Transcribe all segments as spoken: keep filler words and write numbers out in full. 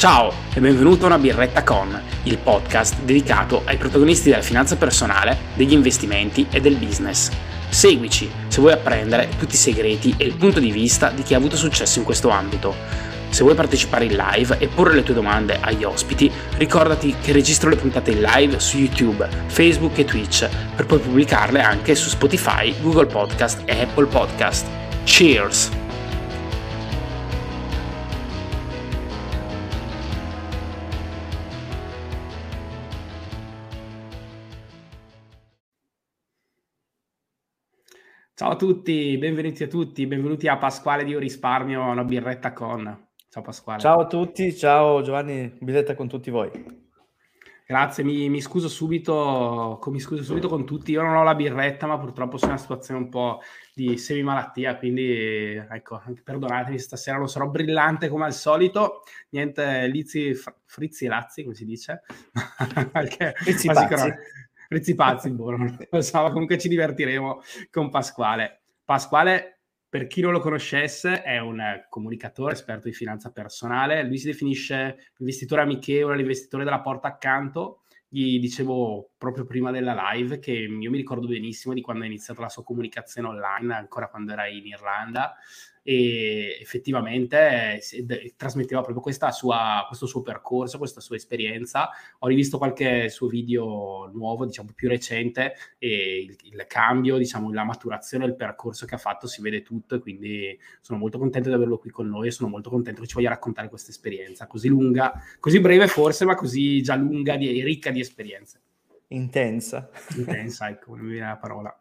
Ciao e benvenuto a Una Birretta Con, il podcast dedicato ai protagonisti della finanza personale, degli investimenti e del business. Seguici se vuoi apprendere tutti i segreti e il punto di vista di chi ha avuto successo in questo ambito. Se vuoi partecipare in live e porre le tue domande agli ospiti, ricordati che registro le puntate in live su YouTube, Facebook e Twitch, per poi pubblicarle anche su Spotify, Google Podcast e Apple Podcast. Cheers! Ciao a tutti, benvenuti a tutti, benvenuti a Pasquale di Io Risparmio, Una Birretta Con. Ciao Pasquale. Ciao a tutti, ciao Giovanni, birretta con tutti voi. Grazie, mi, mi scuso subito, mi scuso subito con tutti. Io non ho la birretta, ma purtroppo sono in una situazione un po' di semi-malattia, quindi ecco, perdonatemi, stasera non sarò brillante come al solito. Niente, Lizzi, frizzi e lazzi, come si dice? Frizzi pazzi. Frizzi pazzi, boh, non lo so, comunque ci divertiremo con Pasquale. Pasquale, per chi non lo conoscesse, è un comunicatore esperto di finanza personale. Lui si definisce investitore amichevole, l'investitore della porta accanto. Gli dicevo proprio prima della live che io mi ricordo benissimo di quando ha iniziato la sua comunicazione online, ancora quando era in Irlanda, e effettivamente eh, trasmetteva proprio questa sua, questo suo percorso, questa sua esperienza. Ho rivisto qualche suo video nuovo, diciamo più recente, e il, il cambio, diciamo la maturazione, il percorso che ha fatto si vede tutto, e quindi sono molto contento di averlo qui con noi e sono molto contento che ci voglia raccontare questa esperienza così lunga, così breve forse, ma così già lunga e ricca di esperienze. Intensa. Intensa, ecco, non mi viene la parola.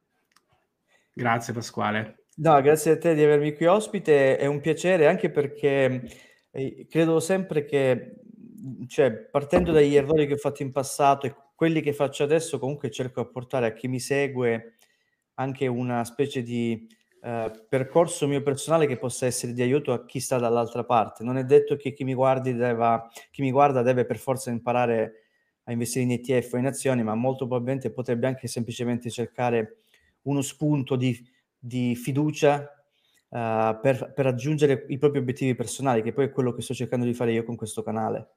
Grazie Pasquale. No, grazie a te di avermi qui ospite, è un piacere anche perché eh, credo sempre che, cioè, partendo dagli errori che ho fatto in passato e quelli che faccio adesso, comunque cerco di apportare a chi mi segue anche una specie di eh, percorso mio personale che possa essere di aiuto a chi sta dall'altra parte. Non è detto che chi mi guardi deve, chi mi guarda deve per forza imparare a investire in E T F o in azioni, ma molto probabilmente potrebbe anche semplicemente cercare uno spunto di di fiducia uh, per, per raggiungere i propri obiettivi personali, che poi è quello che sto cercando di fare io con questo canale.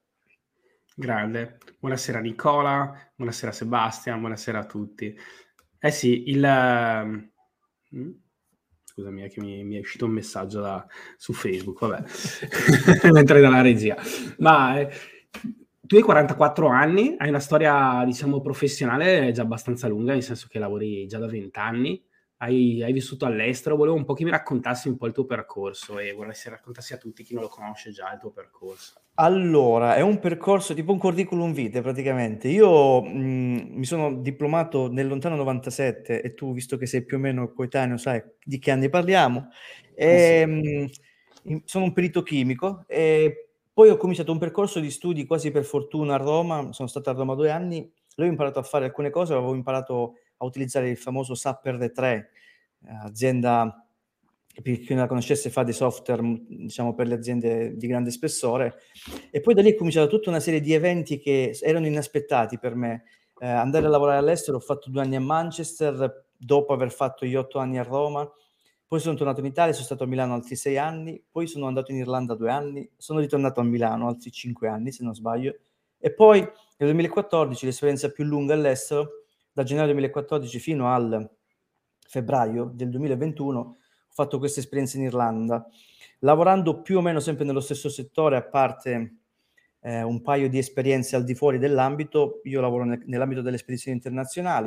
Grande. Buonasera Nicola, buonasera Sebastian, buonasera a tutti. Eh sì, il... Uh... Scusami, è che mi, mi è uscito un messaggio da, su Facebook, vabbè, mentre dalla regia. Ma eh, tu hai quarantaquattro anni, hai una storia, diciamo, professionale già abbastanza lunga, nel senso che lavori già da venti anni. Hai, hai vissuto all'estero, volevo un po' che mi raccontassi un po' il tuo percorso e vorrei se raccontassi a tutti chi non lo conosce già il tuo percorso. Allora, è un percorso tipo un curriculum vitae praticamente. Io mh, mi sono diplomato nel lontano novantasette e tu, visto che sei più o meno coetaneo, sai di che anni parliamo. E, mh, sono un perito chimico e poi ho cominciato un percorso di studi quasi per fortuna a Roma. Sono stato a Roma due anni, lì ho imparato a fare alcune cose, avevo imparato a utilizzare il famoso SAP R D tre, azienda che per chi non la conoscesse fa dei software, diciamo, per le aziende di grande spessore, e poi da lì è cominciata tutta una serie di eventi che erano inaspettati per me. Eh, andare a lavorare all'estero, ho fatto due anni a Manchester dopo aver fatto gli otto anni a Roma, poi sono tornato in Italia, sono stato a Milano altri sei anni, poi sono andato in Irlanda due anni, sono ritornato a Milano altri cinque anni se non sbaglio, e poi nel duemilaquattordici l'esperienza più lunga all'estero, da gennaio duemilaquattordici fino al febbraio del duemilaventuno, ho fatto questa esperienza in Irlanda, lavorando più o meno sempre nello stesso settore, a parte eh, un paio di esperienze al di fuori dell'ambito. Io lavoro ne- nell'ambito delle spedizioni internazionali,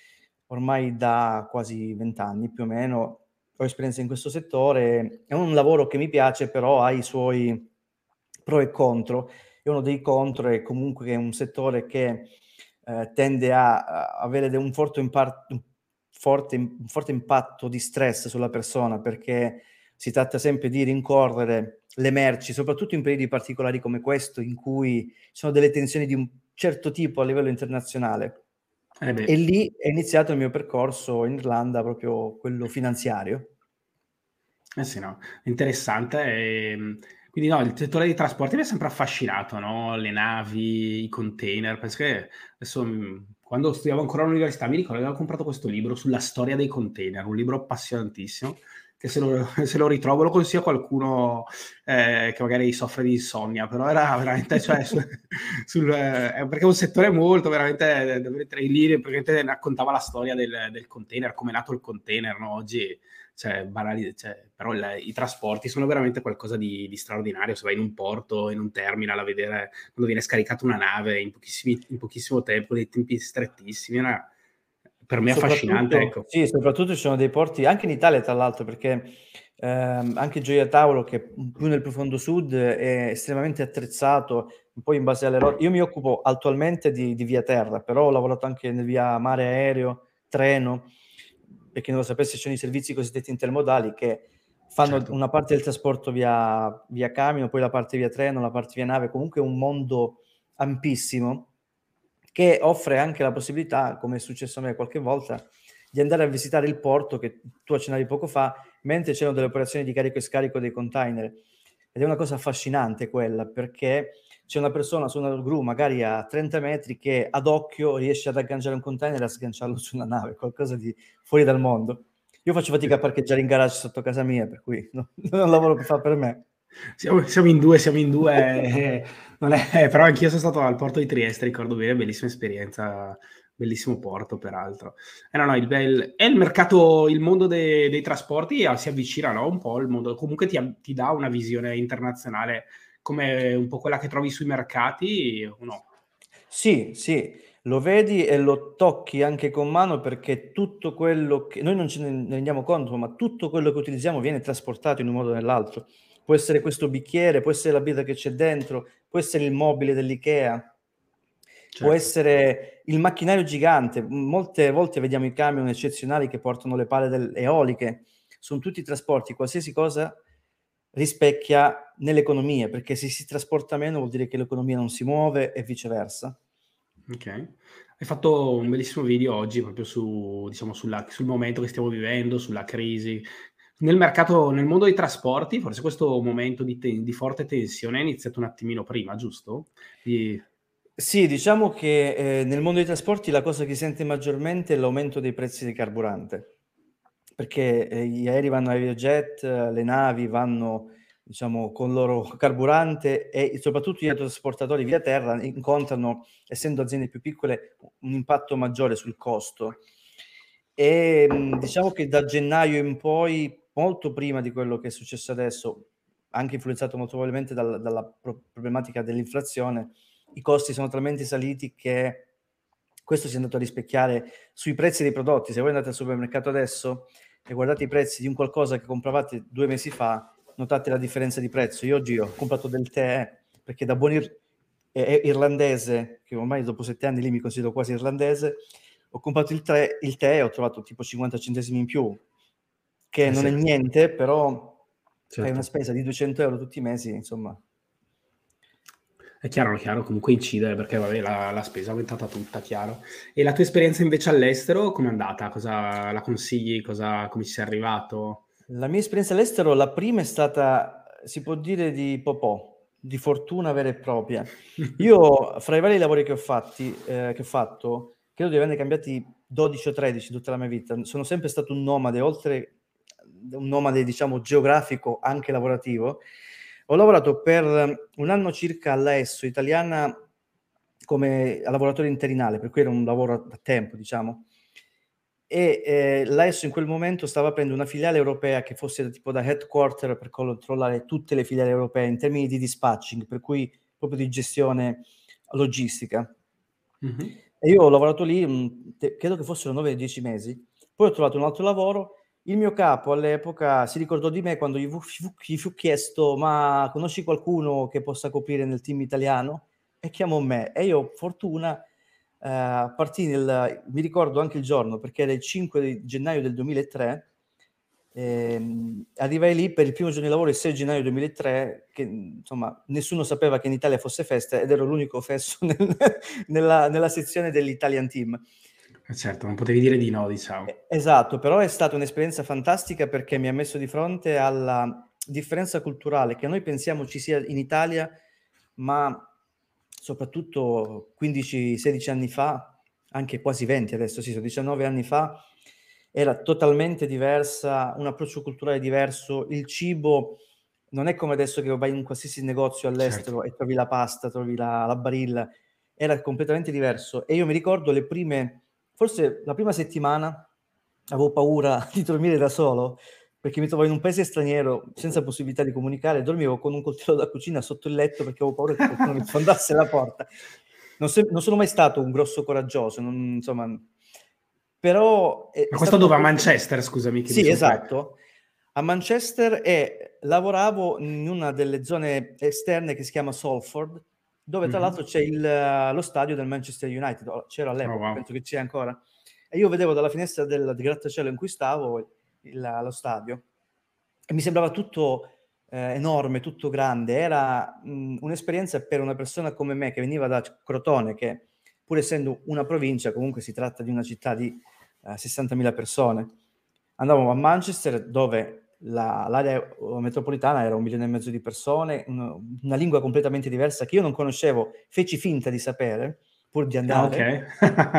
ormai da quasi vent'anni più o meno, ho esperienza in questo settore, è un lavoro che mi piace, però ha i suoi pro e contro, e uno dei contro è comunque che è un settore che eh, tende a, a avere un forte, impar- un, forte, un forte impatto di stress sulla persona, perché si tratta sempre di rincorrere le merci, soprattutto in periodi particolari come questo, in cui ci sono delle tensioni di un certo tipo a livello internazionale. Eh beh. E lì è iniziato il mio percorso in Irlanda, proprio quello finanziario. Eh sì, no, interessante. E, quindi no, il settore dei trasporti mi ha sempre affascinato, no? Le navi, i container, penso che adesso quando studiavo ancora all'università mi ricordo che avevo comprato questo libro sulla storia dei container, un libro appassionantissimo, che se lo, se lo ritrovo lo consiglio a qualcuno eh, che magari soffre di insonnia, però era veramente, cioè, su, sul, eh, perché è un settore molto, veramente, lì praticamente raccontava la storia del, del container, come è nato il container, no? Oggi, cioè, banali, cioè, però il, i trasporti sono veramente qualcosa di, di straordinario. Se vai in un porto, in un terminal a vedere quando viene scaricata una nave in, pochissimi, in pochissimo tempo, dei tempi strettissimi, era per me affascinante, ecco. Sì, soprattutto ci sono dei porti, anche in Italia tra l'altro, perché ehm, anche Gioia Tauro, che più nel profondo sud, è estremamente attrezzato, poi in base alle rotte. Io mi occupo attualmente di, di via terra, però ho lavorato anche nel via mare aereo, treno, per chi non lo sapesse ci sono i servizi cosiddetti intermodali che fanno certo. Una parte del trasporto via, via camion, poi la parte via treno, la parte via nave, comunque un mondo ampissimo che offre anche la possibilità, come è successo a me qualche volta, di andare a visitare il porto che tu accennavi poco fa, mentre c'erano delle operazioni di carico e scarico dei container. Ed è una cosa affascinante quella, perché c'è una persona su una gru, magari a trenta metri, che ad occhio riesce ad agganciare un container e a sganciarlo su una nave, qualcosa di fuori dal mondo. Io faccio fatica a parcheggiare in garage sotto casa mia, per cui no, non è un lavoro che fa per me. Siamo, siamo in due, siamo in due, eh, non è, però anch'io sono stato al porto di Trieste, ricordo bene, bellissima esperienza, bellissimo porto peraltro. Eh, no, no, il, bel, è il mercato, il mondo dei, dei trasporti si avvicina, no? Un po' il mondo, comunque ti, ti dà una visione internazionale come un po' quella che trovi sui mercati o no? Sì, sì, lo vedi e lo tocchi anche con mano, perché tutto quello che noi non ce ne rendiamo conto, ma tutto quello che utilizziamo viene trasportato in un modo o nell'altro. Può essere questo bicchiere, può essere la birra che c'è dentro, può essere il mobile dell'IKEA, certo. Può essere il macchinario gigante. Molte volte vediamo i camion eccezionali che portano le pale del- eoliche. Sono tutti trasporti, qualsiasi cosa rispecchia nell'economia, perché se si trasporta meno vuol dire che l'economia non si muove e viceversa. Ok, hai fatto un bellissimo video oggi proprio su, diciamo, sulla, sul momento che stiamo vivendo, sulla crisi. Nel mercato, nel mondo dei trasporti, forse questo momento di, te, di forte tensione è iniziato un attimino prima, giusto? Di... Sì, diciamo che eh, nel mondo dei trasporti la cosa che si sente maggiormente è l'aumento dei prezzi del carburante, perché eh, gli aerei vanno a Aerojet, le navi vanno, diciamo, con il loro carburante, e soprattutto gli autotrasportatori via terra incontrano, essendo aziende più piccole, un impatto maggiore sul costo. E mh, diciamo che da gennaio in poi, molto prima di quello che è successo adesso, anche influenzato molto probabilmente dalla, dalla pro- problematica dell'inflazione, i costi sono talmente saliti che questo si è andato a rispecchiare sui prezzi dei prodotti. Se voi andate al supermercato adesso e guardate i prezzi di un qualcosa che compravate due mesi fa, notate la differenza di prezzo. Io oggi ho comprato del tè, perché da buon ir- eh, irlandese, che ormai dopo sette anni lì mi considero quasi irlandese, ho comprato il tè, il tè e ho trovato tipo cinquanta centesimi in più, che Eh non sì. è niente, però Certo. hai una spesa di duecento euro tutti i mesi, insomma. È chiaro, è chiaro, comunque incide perché vabbè, la, la spesa è aumentata tutta, chiaro. E la tua esperienza invece all'estero com'è andata? Cosa la consigli? Cosa, come ci sei arrivato? La mia esperienza all'estero, la prima è stata, si può dire, di popò, di fortuna vera e propria. Io, fra i vari lavori che ho fatti, eh, che ho fatto, credo di averne cambiati dodici o tredici tutta la mia vita. Sono sempre stato un nomade, oltre un nomade, diciamo, geografico, anche lavorativo. Ho lavorato per un anno circa alla Esso italiana come lavoratore interinale, per cui era un lavoro a tempo, diciamo. E eh, la Esso in quel momento stava aprendo una filiale europea che fosse tipo da headquarter per controllare tutte le filiali europee in termini di dispatching, per cui proprio di gestione logistica. Mm-hmm. E io ho lavorato lì, mh, te, credo che fossero nove dieci mesi, poi ho trovato un altro lavoro. Il mio capo all'epoca si ricordò di me quando gli fu, gli fu chiesto: ma conosci qualcuno che possa coprire nel team italiano? E chiamò me, e io, fortuna, Uh, partì nel, mi ricordo anche il giorno, perché era il cinque gennaio del duemilatré, ehm, arrivai lì per il primo giorno di lavoro il sei gennaio duemilatré, che insomma nessuno sapeva che in Italia fosse festa, ed ero l'unico fesso nel, nella, nella sezione dell'Italian Team. Certo, non potevi dire di no, diciamo. Esatto, però è stata un'esperienza fantastica, perché mi ha messo di fronte alla differenza culturale che noi pensiamo ci sia in Italia, ma soprattutto quindici sedici anni fa, anche quasi venti adesso, sì, sono diciannove anni fa, era totalmente diversa, un approccio culturale diverso, il cibo non è come adesso che vai in un qualsiasi negozio all'estero Certo. e trovi la pasta, trovi la, la barilla, era completamente diverso. E io mi ricordo le prime, forse la prima settimana avevo paura di dormire da solo, perché mi trovavo in un paese straniero senza possibilità di comunicare, dormivo con un coltello da cucina sotto il letto perché avevo paura che qualcuno mi sfondasse la porta. Non, se, non sono mai stato un grosso coraggioso, non, insomma, però è, Ma è questo stato dove? A qualcosa... Manchester, scusami, che mi Sì, sono per... esatto, a Manchester, e lavoravo in una delle zone esterne che si chiama Salford, dove tra Mhm. l'altro c'è il, lo stadio del Manchester United, o c'era Oh, all'epoca, wow. penso che sia ancora. E io vedevo dalla finestra del, del grattacielo in cui stavo il, lo stadio e mi sembrava tutto eh, enorme, tutto grande. Era mh, un'esperienza per una persona come me che veniva da Crotone, che pur essendo una provincia, comunque si tratta di una città di eh, sessantamila persone. Andavamo a Manchester dove la, l'area metropolitana era un milione e mezzo di persone, una, una lingua completamente diversa che io non conoscevo, feci finta di sapere pur di Ah, andare. ok.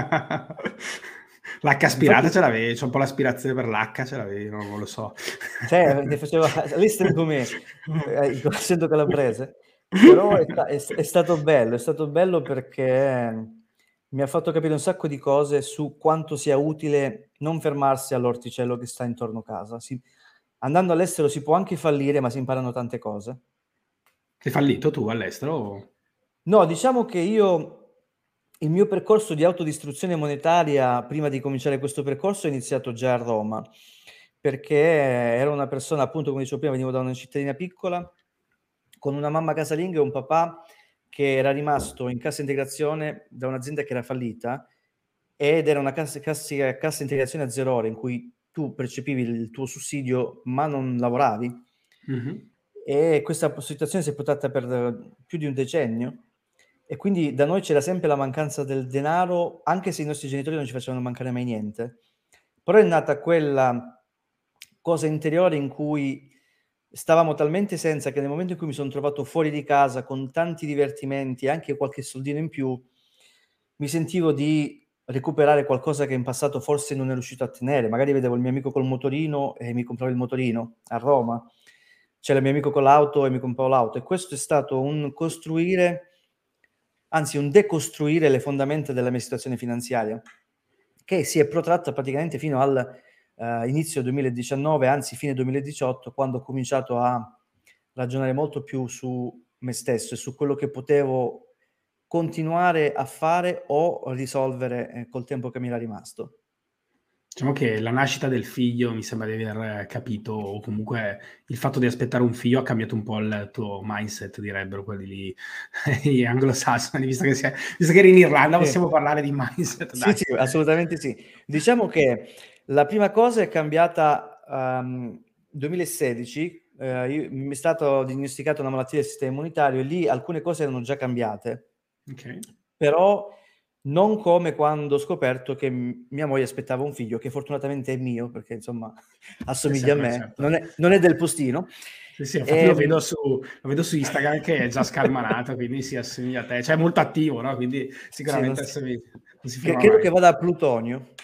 L'H aspirata Infatti, ce l'avevi, c'ho un po' l'aspirazione per l'H, ce l'avevi, no, non lo so. cioè, ne faceva listen to me, eh, essendo calabrese, però è, sta- è- è stato bello, è stato bello perché mi ha fatto capire un sacco di cose su quanto sia utile non fermarsi all'orticello che sta intorno a casa. Si- andando all'estero si può anche fallire, ma si imparano tante cose. Sei fallito tu all'estero? o- No, diciamo che io il mio percorso di autodistruzione monetaria prima di cominciare questo percorso è iniziato già a Roma, perché ero una persona, appunto, come dicevo prima, venivo da una cittadina piccola, con una mamma casalinga e un papà che era rimasto in cassa integrazione da un'azienda che era fallita ed era una cassa, cassa, cassa integrazione a zero ore in cui tu percepivi il tuo sussidio ma non lavoravi. Mhm. E questa situazione si è protratta per eh, più di un decennio e quindi da noi c'era sempre la mancanza del denaro, anche se i nostri genitori non ci facevano mancare mai niente. Però è nata quella cosa interiore in cui stavamo talmente senza che nel momento in cui mi sono trovato fuori di casa con tanti divertimenti e anche qualche soldino in più, mi sentivo di recuperare qualcosa che in passato forse non ero riuscito a tenere. Magari vedevo il mio amico col motorino e mi compravo il motorino a Roma, c'era il mio amico con l'auto e mi compravo l'auto. E questo è stato un costruire, anzi un decostruire le fondamenta della mia situazione finanziaria, che si è protratta praticamente fino al uh, inizio duemiladiciannove, anzi fine duemiladiciotto, quando ho cominciato a ragionare molto più su me stesso e su quello che potevo continuare a fare o risolvere eh, col tempo che mi era rimasto. Diciamo che la nascita del figlio mi sembra di aver capito, o comunque il fatto di aspettare un figlio ha cambiato un po' il tuo mindset, direbbero quelli lì, gli anglosassoni, visto che, sei, visto che eri in Irlanda, Sì. possiamo parlare di mindset, Sì, dai. sì, assolutamente sì. Diciamo che la prima cosa è cambiata um, duemilasedici, eh, io- mi è stato diagnosticato una malattia del sistema immunitario e lì alcune cose erano già cambiate, Ok. però non come quando ho scoperto che m- mia moglie aspettava un figlio, che fortunatamente è mio, perché insomma Sì, sì, assomiglia a beh, me, certo. non è, non è del postino. Sì, sì, infatti lo vedo Ehm, su, lo vedo su Instagram che è già scalmanato, quindi si assomiglia a te, cioè è molto attivo, no? Quindi sì, non sicuramente si- assomiglia, non si cre- ferma credo che mai. vada a Plutonio.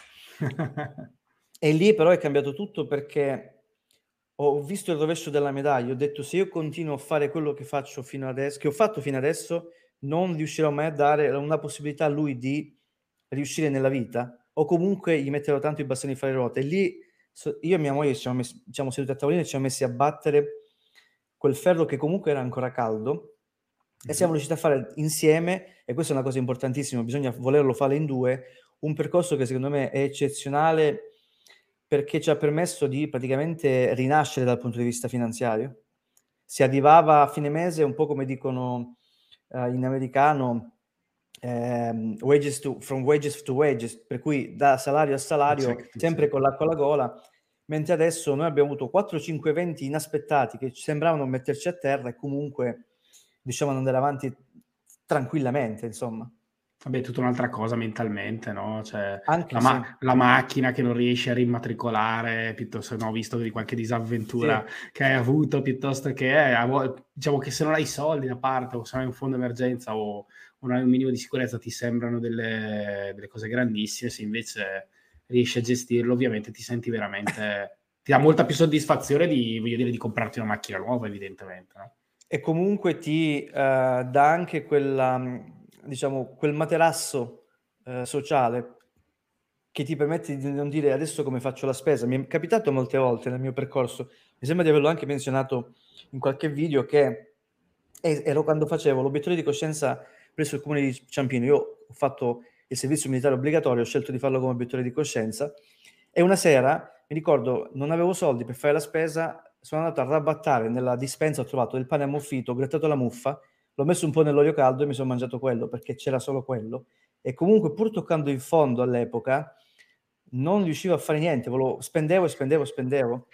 E lì però è cambiato tutto perché ho visto il rovescio della medaglia, ho detto se io continuo a fare quello che faccio fino adesso, che ho fatto fino adesso, non riuscirò mai a dare una possibilità a lui di riuscire nella vita, o comunque gli metterò tanto i bastoni fra le ruote. E lì so- io e mia moglie ci siamo messi, diciamo, seduti a tavolino e ci siamo messi a battere quel ferro che comunque era ancora caldo e siamo Mhm. riusciti a fare insieme, e questa è una cosa importantissima, bisogna volerlo fare in due, un percorso che secondo me è eccezionale perché ci ha permesso di praticamente rinascere dal punto di vista finanziario. Si arrivava a fine mese, un po' come dicono eh, in americano, ehm, wages to, from wages to wages, per cui da salario a salario, Paycheck to sempre con check. l'acqua alla gola, mentre adesso noi abbiamo avuto quattro cinque eventi inaspettati che ci sembravano metterci a terra e comunque riusciamo ad andare avanti tranquillamente, insomma. Vabbè, è tutta un'altra cosa mentalmente, no? Cioè, Anche la, sì, ma- la macchina che non riesci a rimmatricolare, piuttosto no, visto di qualche sì. disavventura che hai avuto, piuttosto che, eh, a vo- diciamo che se non hai soldi da parte, o se non hai un fondo emergenza, o, o non hai un minimo di sicurezza, ti sembrano delle, delle cose grandissime, se invece riesci a gestirlo, ovviamente ti senti veramente, ti dà molta più soddisfazione di, voglio dire, di comprarti una macchina nuova, evidentemente, no? E comunque ti eh, dà anche quella, diciamo, quel materasso eh, sociale che ti permette di non dire adesso come faccio la spesa. Mi è capitato molte volte nel mio percorso, mi sembra di averlo anche menzionato in qualche video, che ero quando facevo l'obiettore di coscienza presso il comune di Ciampino. Io ho fatto il servizio militare obbligatorio, ho scelto di farlo come obiettore di coscienza, e una sera, mi ricordo, non avevo soldi per fare la spesa, sono andato a rabattare nella dispensa, ho trovato del pane ammuffito, ho grattato la muffa, l'ho messo un po' nell'olio caldo e mi sono mangiato quello, perché c'era solo quello. E comunque, pur toccando il fondo all'epoca, non riuscivo a fare niente, volevo, spendevo e spendevo e spendevo.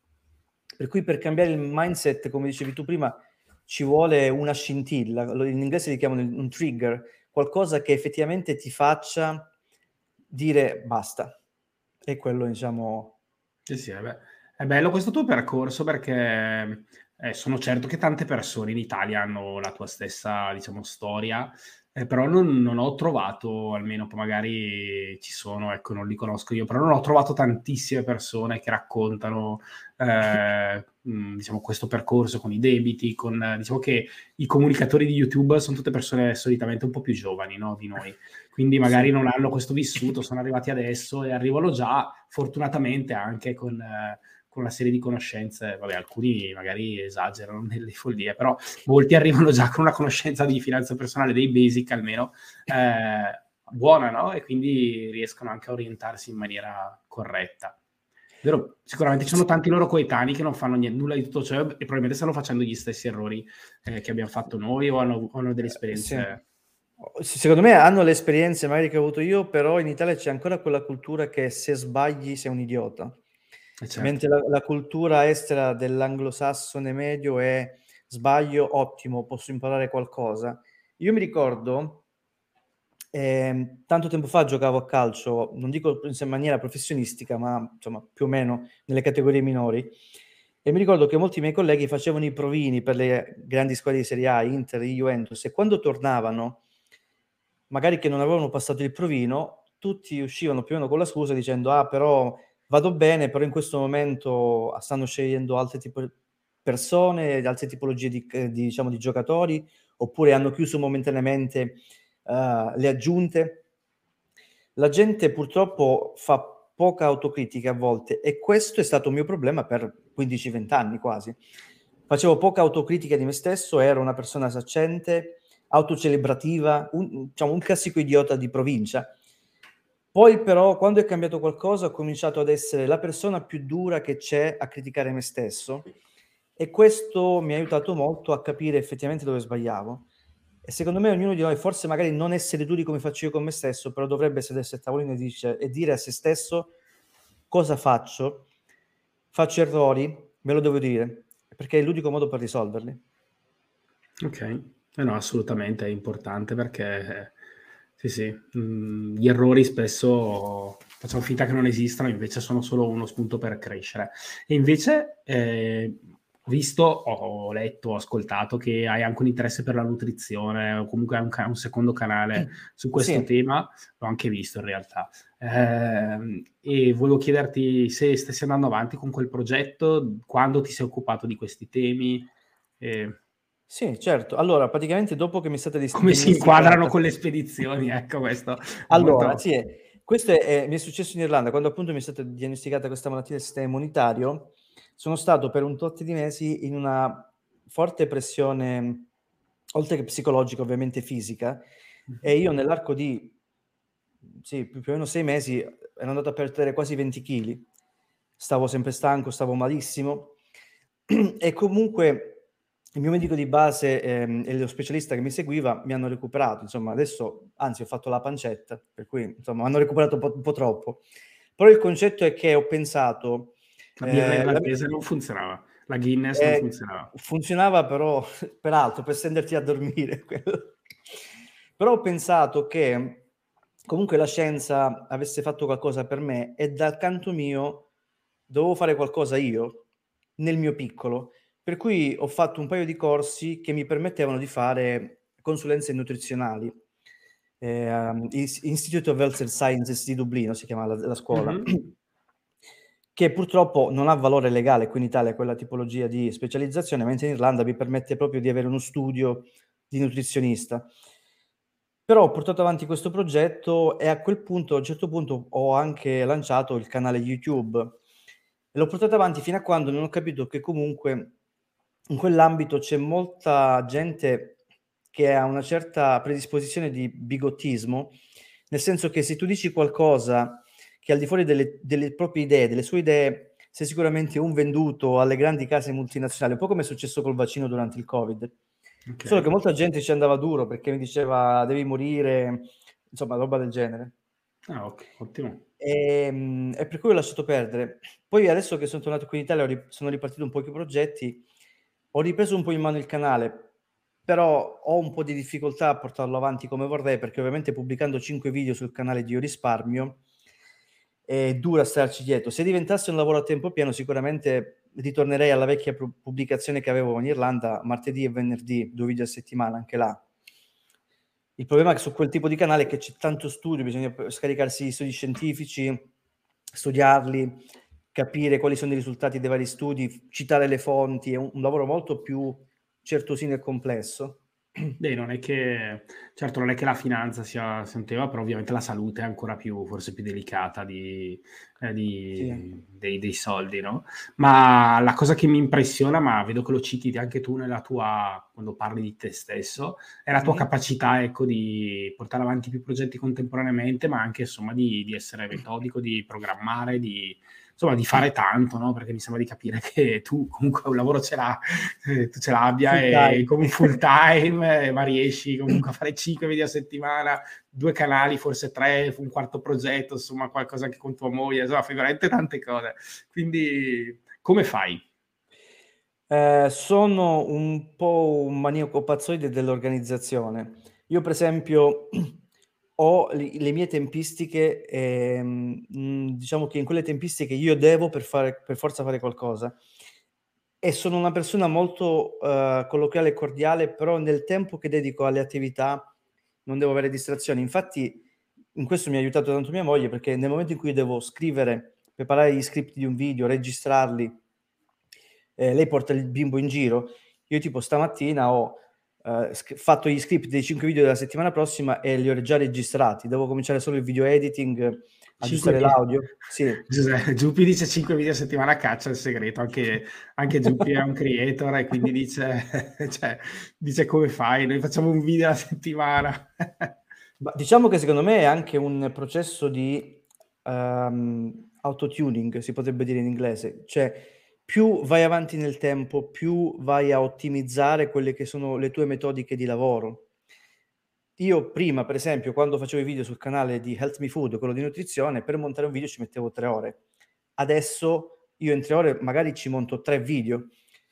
Per cui per cambiare il mindset, come dicevi tu prima, ci vuole una scintilla, in inglese li chiamano un trigger, qualcosa che effettivamente ti faccia dire basta. E quello, diciamo... Sì, sì, vabbè. È bello questo tuo percorso perché eh, sono certo che tante persone in Italia hanno la tua stessa, diciamo, storia, eh, però non, non ho trovato, almeno poi magari ci sono, ecco, non li conosco io, però non ho trovato tantissime persone che raccontano, eh, mh, diciamo, questo percorso con i debiti, con, eh, diciamo che i comunicatori di YouTube sono tutte persone solitamente un po' più giovani, no, di noi. Quindi magari Sì. non hanno questo vissuto, sono arrivati adesso e arrivano già, fortunatamente, anche con, eh, con una serie di conoscenze. Vabbè, alcuni magari esagerano nelle follie, però molti arrivano già con una conoscenza di finanza personale, dei basic almeno, eh, buona, no? E quindi riescono anche a orientarsi in maniera corretta. Vero? Sicuramente ci sono tanti loro coetanei che non fanno niente, nulla di tutto ciò e probabilmente stanno facendo gli stessi errori eh, che abbiamo fatto noi o hanno, hanno delle esperienze... Sì. Secondo me hanno le esperienze magari che ho avuto io, però in Italia c'è ancora quella cultura che se sbagli sei un idiota. Eh, certo. Mentre la, la cultura estera dell'anglosassone medio è sbaglio, ottimo, posso imparare qualcosa. Io mi ricordo, eh, tanto tempo fa giocavo a calcio, non dico in maniera professionistica, ma insomma più o meno nelle categorie minori, e mi ricordo che molti miei colleghi facevano i provini per le grandi squadre di Serie A, Inter, Juventus, e quando tornavano, magari che non avevano passato il provino, tutti uscivano più o meno con la scusa dicendo ah però vado bene, però in questo momento stanno scegliendo altre tipo di persone, altre tipologie di, di, diciamo, di giocatori, oppure hanno chiuso momentaneamente uh, le aggiunte. La gente purtroppo fa poca autocritica a volte e questo è stato un mio problema per quindici venti anni quasi. Facevo poca autocritica di me stesso, ero una persona saccente, autocelebrativa, un, diciamo, un classico idiota di provincia. Poi però quando è cambiato qualcosa ho cominciato ad essere la persona più dura che c'è a criticare me stesso e questo mi ha aiutato molto a capire effettivamente dove sbagliavo. E secondo me ognuno di noi, forse magari non essere duri come faccio io con me stesso, però dovrebbe sedersi a tavolino e, dice, e dire a se stesso cosa faccio, faccio errori, me lo devo dire, perché è l'unico modo per risolverli. Ok, eh no, assolutamente è importante perché sì, sì, mh, gli errori spesso facciamo finta che non esistano, invece sono solo uno spunto per crescere. E invece eh, ho visto, ho letto, ho ascoltato che hai anche un interesse per la nutrizione o comunque hai un, ca- un secondo canale su questo Sì. tema, l'ho anche visto in realtà. Eh, e volevo chiederti se stessi andando avanti con quel progetto, quando ti sei occupato di questi temi. Eh, Sì, certo. Allora, praticamente dopo che mi è stata dis- come si inquadrano diagnosticata... con le spedizioni, ecco, questo è Allora, molto... sì, è- questo è, è- mi è successo in Irlanda, quando appunto mi è stata diagnosticata questa malattia del sistema immunitario, sono stato per un tot di mesi in una forte pressione, oltre che psicologica, ovviamente fisica, e io nell'arco di, sì, più o meno sei mesi ero andato a perdere quasi venti chili, stavo sempre stanco, stavo malissimo, e comunque il mio medico di base ehm, e lo specialista che mi seguiva mi hanno recuperato, insomma adesso, anzi ho fatto la pancetta, per cui insomma hanno recuperato un po', un po' troppo, però il concetto è che ho pensato... La birra Eh, la, irlandese non funzionava, la Guinness non eh, funzionava. funzionava però, peraltro, per stenderti a dormire. Però ho pensato che comunque la scienza avesse fatto qualcosa per me e dal canto mio dovevo fare qualcosa io, nel mio piccolo. Per cui ho fatto un paio di corsi che mi permettevano di fare consulenze nutrizionali. eh, um, Institute of Health and Sciences di Dublino si chiama la, la scuola, mm-hmm. che purtroppo non ha valore legale qui in Italia, quella tipologia di specializzazione, mentre in Irlanda vi permette proprio di avere uno studio di nutrizionista. Però ho portato avanti questo progetto e a quel punto, a un certo punto, ho anche lanciato il canale YouTube e l'ho portato avanti fino a quando non ho capito che comunque in quell'ambito c'è molta gente che ha una certa predisposizione di bigottismo, nel senso che se tu dici qualcosa che al di fuori delle, delle proprie idee, delle sue idee, sei sicuramente un venduto alle grandi case multinazionali, un po' come è successo col vaccino durante il Covid. Okay. Solo che molta gente ci andava duro perché mi diceva devi morire, insomma, roba del genere. Ah, ok, ottimo. E, e per cui ho lasciato perdere. Poi adesso che sono tornato qui in Italia, ri- sono ripartito un po' i progetti, ho ripreso un po' in mano il canale, però ho un po' di difficoltà a portarlo avanti come vorrei, perché ovviamente pubblicando cinque video sul canale di Io Risparmio è dura starci dietro. Se diventasse un lavoro a tempo pieno, sicuramente ritornerei alla vecchia pubblicazione che avevo in Irlanda, martedì e venerdì, due video a settimana, anche là. Il problema è che su quel tipo di canale è che c'è tanto studio, bisogna scaricarsi studi scientifici, studiarli, capire quali sono i risultati dei vari studi, citare le fonti, è un, un lavoro molto più certosino e complesso. Beh, non è che, certo, non è che la finanza sia, sia un tema, però ovviamente la salute è ancora più, forse più delicata di, eh, di, Sì. dei, dei soldi, no? Ma la cosa che mi impressiona, ma vedo che lo citi anche tu nella tua, quando parli di te stesso, è la tua Mm-hmm. capacità, ecco, di portare avanti più progetti contemporaneamente, ma anche, insomma, di, di essere metodico, di programmare, di... insomma, di fare tanto, no? Perché mi sembra di capire che tu comunque un lavoro ce l'ha, eh, tu ce l'abbia Full e time. come full time, eh, ma riesci comunque a fare cinque video a settimana, due canali, forse tre, un quarto progetto, insomma, qualcosa anche con tua moglie, insomma, fai veramente tante cose. Quindi, come fai? Eh, sono un po' un maniaco pazzoide dell'organizzazione. Io, per esempio, ho le, le mie tempistiche, e, mh, diciamo che in quelle tempistiche io devo per, fare, per forza fare qualcosa. E sono una persona molto uh, colloquiale e cordiale, però nel tempo che dedico alle attività non devo avere distrazioni. Infatti, in questo mi ha aiutato tanto mia moglie, perché nel momento in cui devo scrivere, preparare gli script di un video, registrarli, eh, lei porta il bimbo in giro, io tipo stamattina ho uh, sc- fatto gli script dei cinque video della settimana prossima e li ho già registrati, devo cominciare solo il video editing, aggiustare l'audio. Sì. Giuppi dice cinque video a settimana, caccia il segreto, anche, anche Giuppi è un creator e quindi dice, cioè, dice come fai, noi facciamo un video alla settimana. Ma diciamo che secondo me è anche un processo di um, autotuning, si potrebbe dire in inglese, cioè più vai avanti nel tempo, più vai a ottimizzare quelle che sono le tue metodiche di lavoro. Io prima, per esempio, quando facevo i video sul canale di Health Me Food, quello di nutrizione, per montare un video ci mettevo tre ore. Adesso io in tre ore magari ci monto tre video.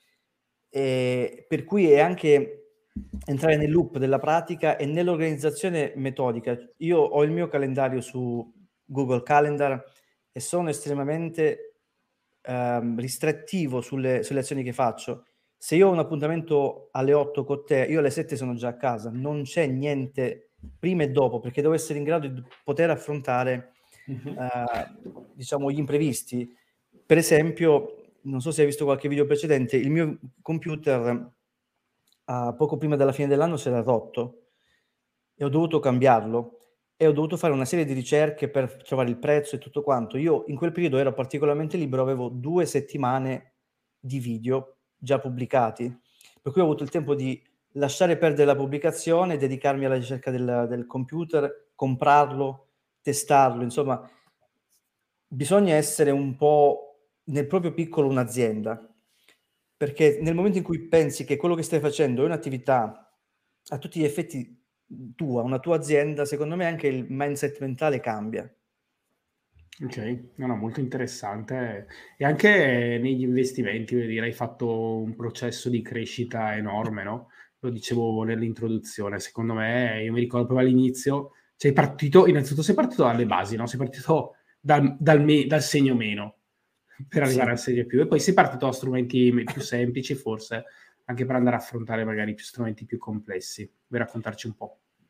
E per cui è anche entrare nel loop della pratica e nell'organizzazione metodica. Io ho il mio calendario su Google Calendar e sono estremamente ehm, ristrettivo sulle, sulle azioni che faccio. Se io ho un appuntamento alle otto con te, io alle sette sono già a casa, non c'è niente prima e dopo, perché devo essere in grado di poter affrontare uh-huh. uh, diciamo gli imprevisti. Per esempio, non so se hai visto qualche video precedente, il mio computer uh, poco prima della fine dell'anno si era rotto e ho dovuto cambiarlo e ho dovuto fare una serie di ricerche per trovare il prezzo e tutto quanto. Io in quel periodo ero particolarmente libero, avevo due settimane di video già pubblicati, per cui ho avuto il tempo di lasciare perdere la pubblicazione, dedicarmi alla ricerca del, del computer, comprarlo, testarlo, insomma bisogna essere un po' nel proprio piccolo un'azienda, perché nel momento in cui pensi che quello che stai facendo è un'attività a tutti gli effetti tua, una tua azienda, secondo me anche il mindset mentale cambia. Ok, no, no, molto interessante. E anche negli investimenti, voglio dire, hai fatto un processo di crescita enorme, no? Lo dicevo nell'introduzione, secondo me, io mi ricordo proprio all'inizio, sei partito, innanzitutto sei partito dalle basi, no? Sei partito dal, dal, me, dal segno meno per arrivare sì. al segno più, e poi sei partito da strumenti più semplici, forse, anche per andare a affrontare magari più strumenti più complessi. Vuoi raccontarci un po'?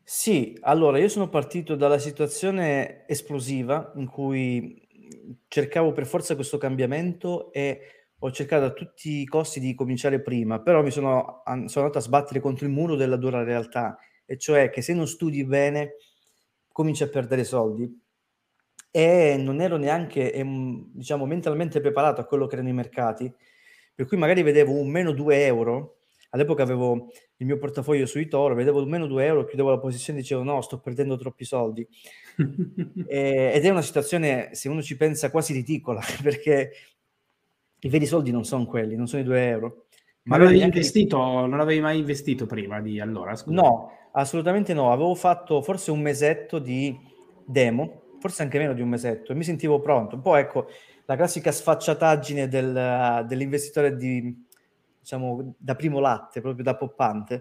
Sì, allora io sono partito dalla situazione esplosiva in cui cercavo per forza questo cambiamento e ho cercato a tutti i costi di cominciare prima, però mi sono, an- sono andato a sbattere contro il muro della dura realtà, e cioè che se non studi bene cominci a perdere soldi. E non ero neanche, ehm, diciamo, mentalmente preparato a quello che erano i mercati, per cui magari vedevo un meno due euro. All'epoca avevo il mio portafoglio sui Toro, vedevo il meno due euro, chiudevo la posizione e dicevo no, sto perdendo troppi soldi. E- ed è una situazione, se uno ci pensa, quasi ridicola, perché i veri soldi non sono quelli, non sono i due euro. Ma non Magari avevi neanche di... investito, non avevi mai investito prima di allora, scusami. No, assolutamente no. Avevo fatto forse un mesetto di demo, forse anche meno di un mesetto, e mi sentivo pronto. Un po', ecco, la classica sfacciataggine del, dell'investitore di, diciamo, da primo latte, proprio da poppante.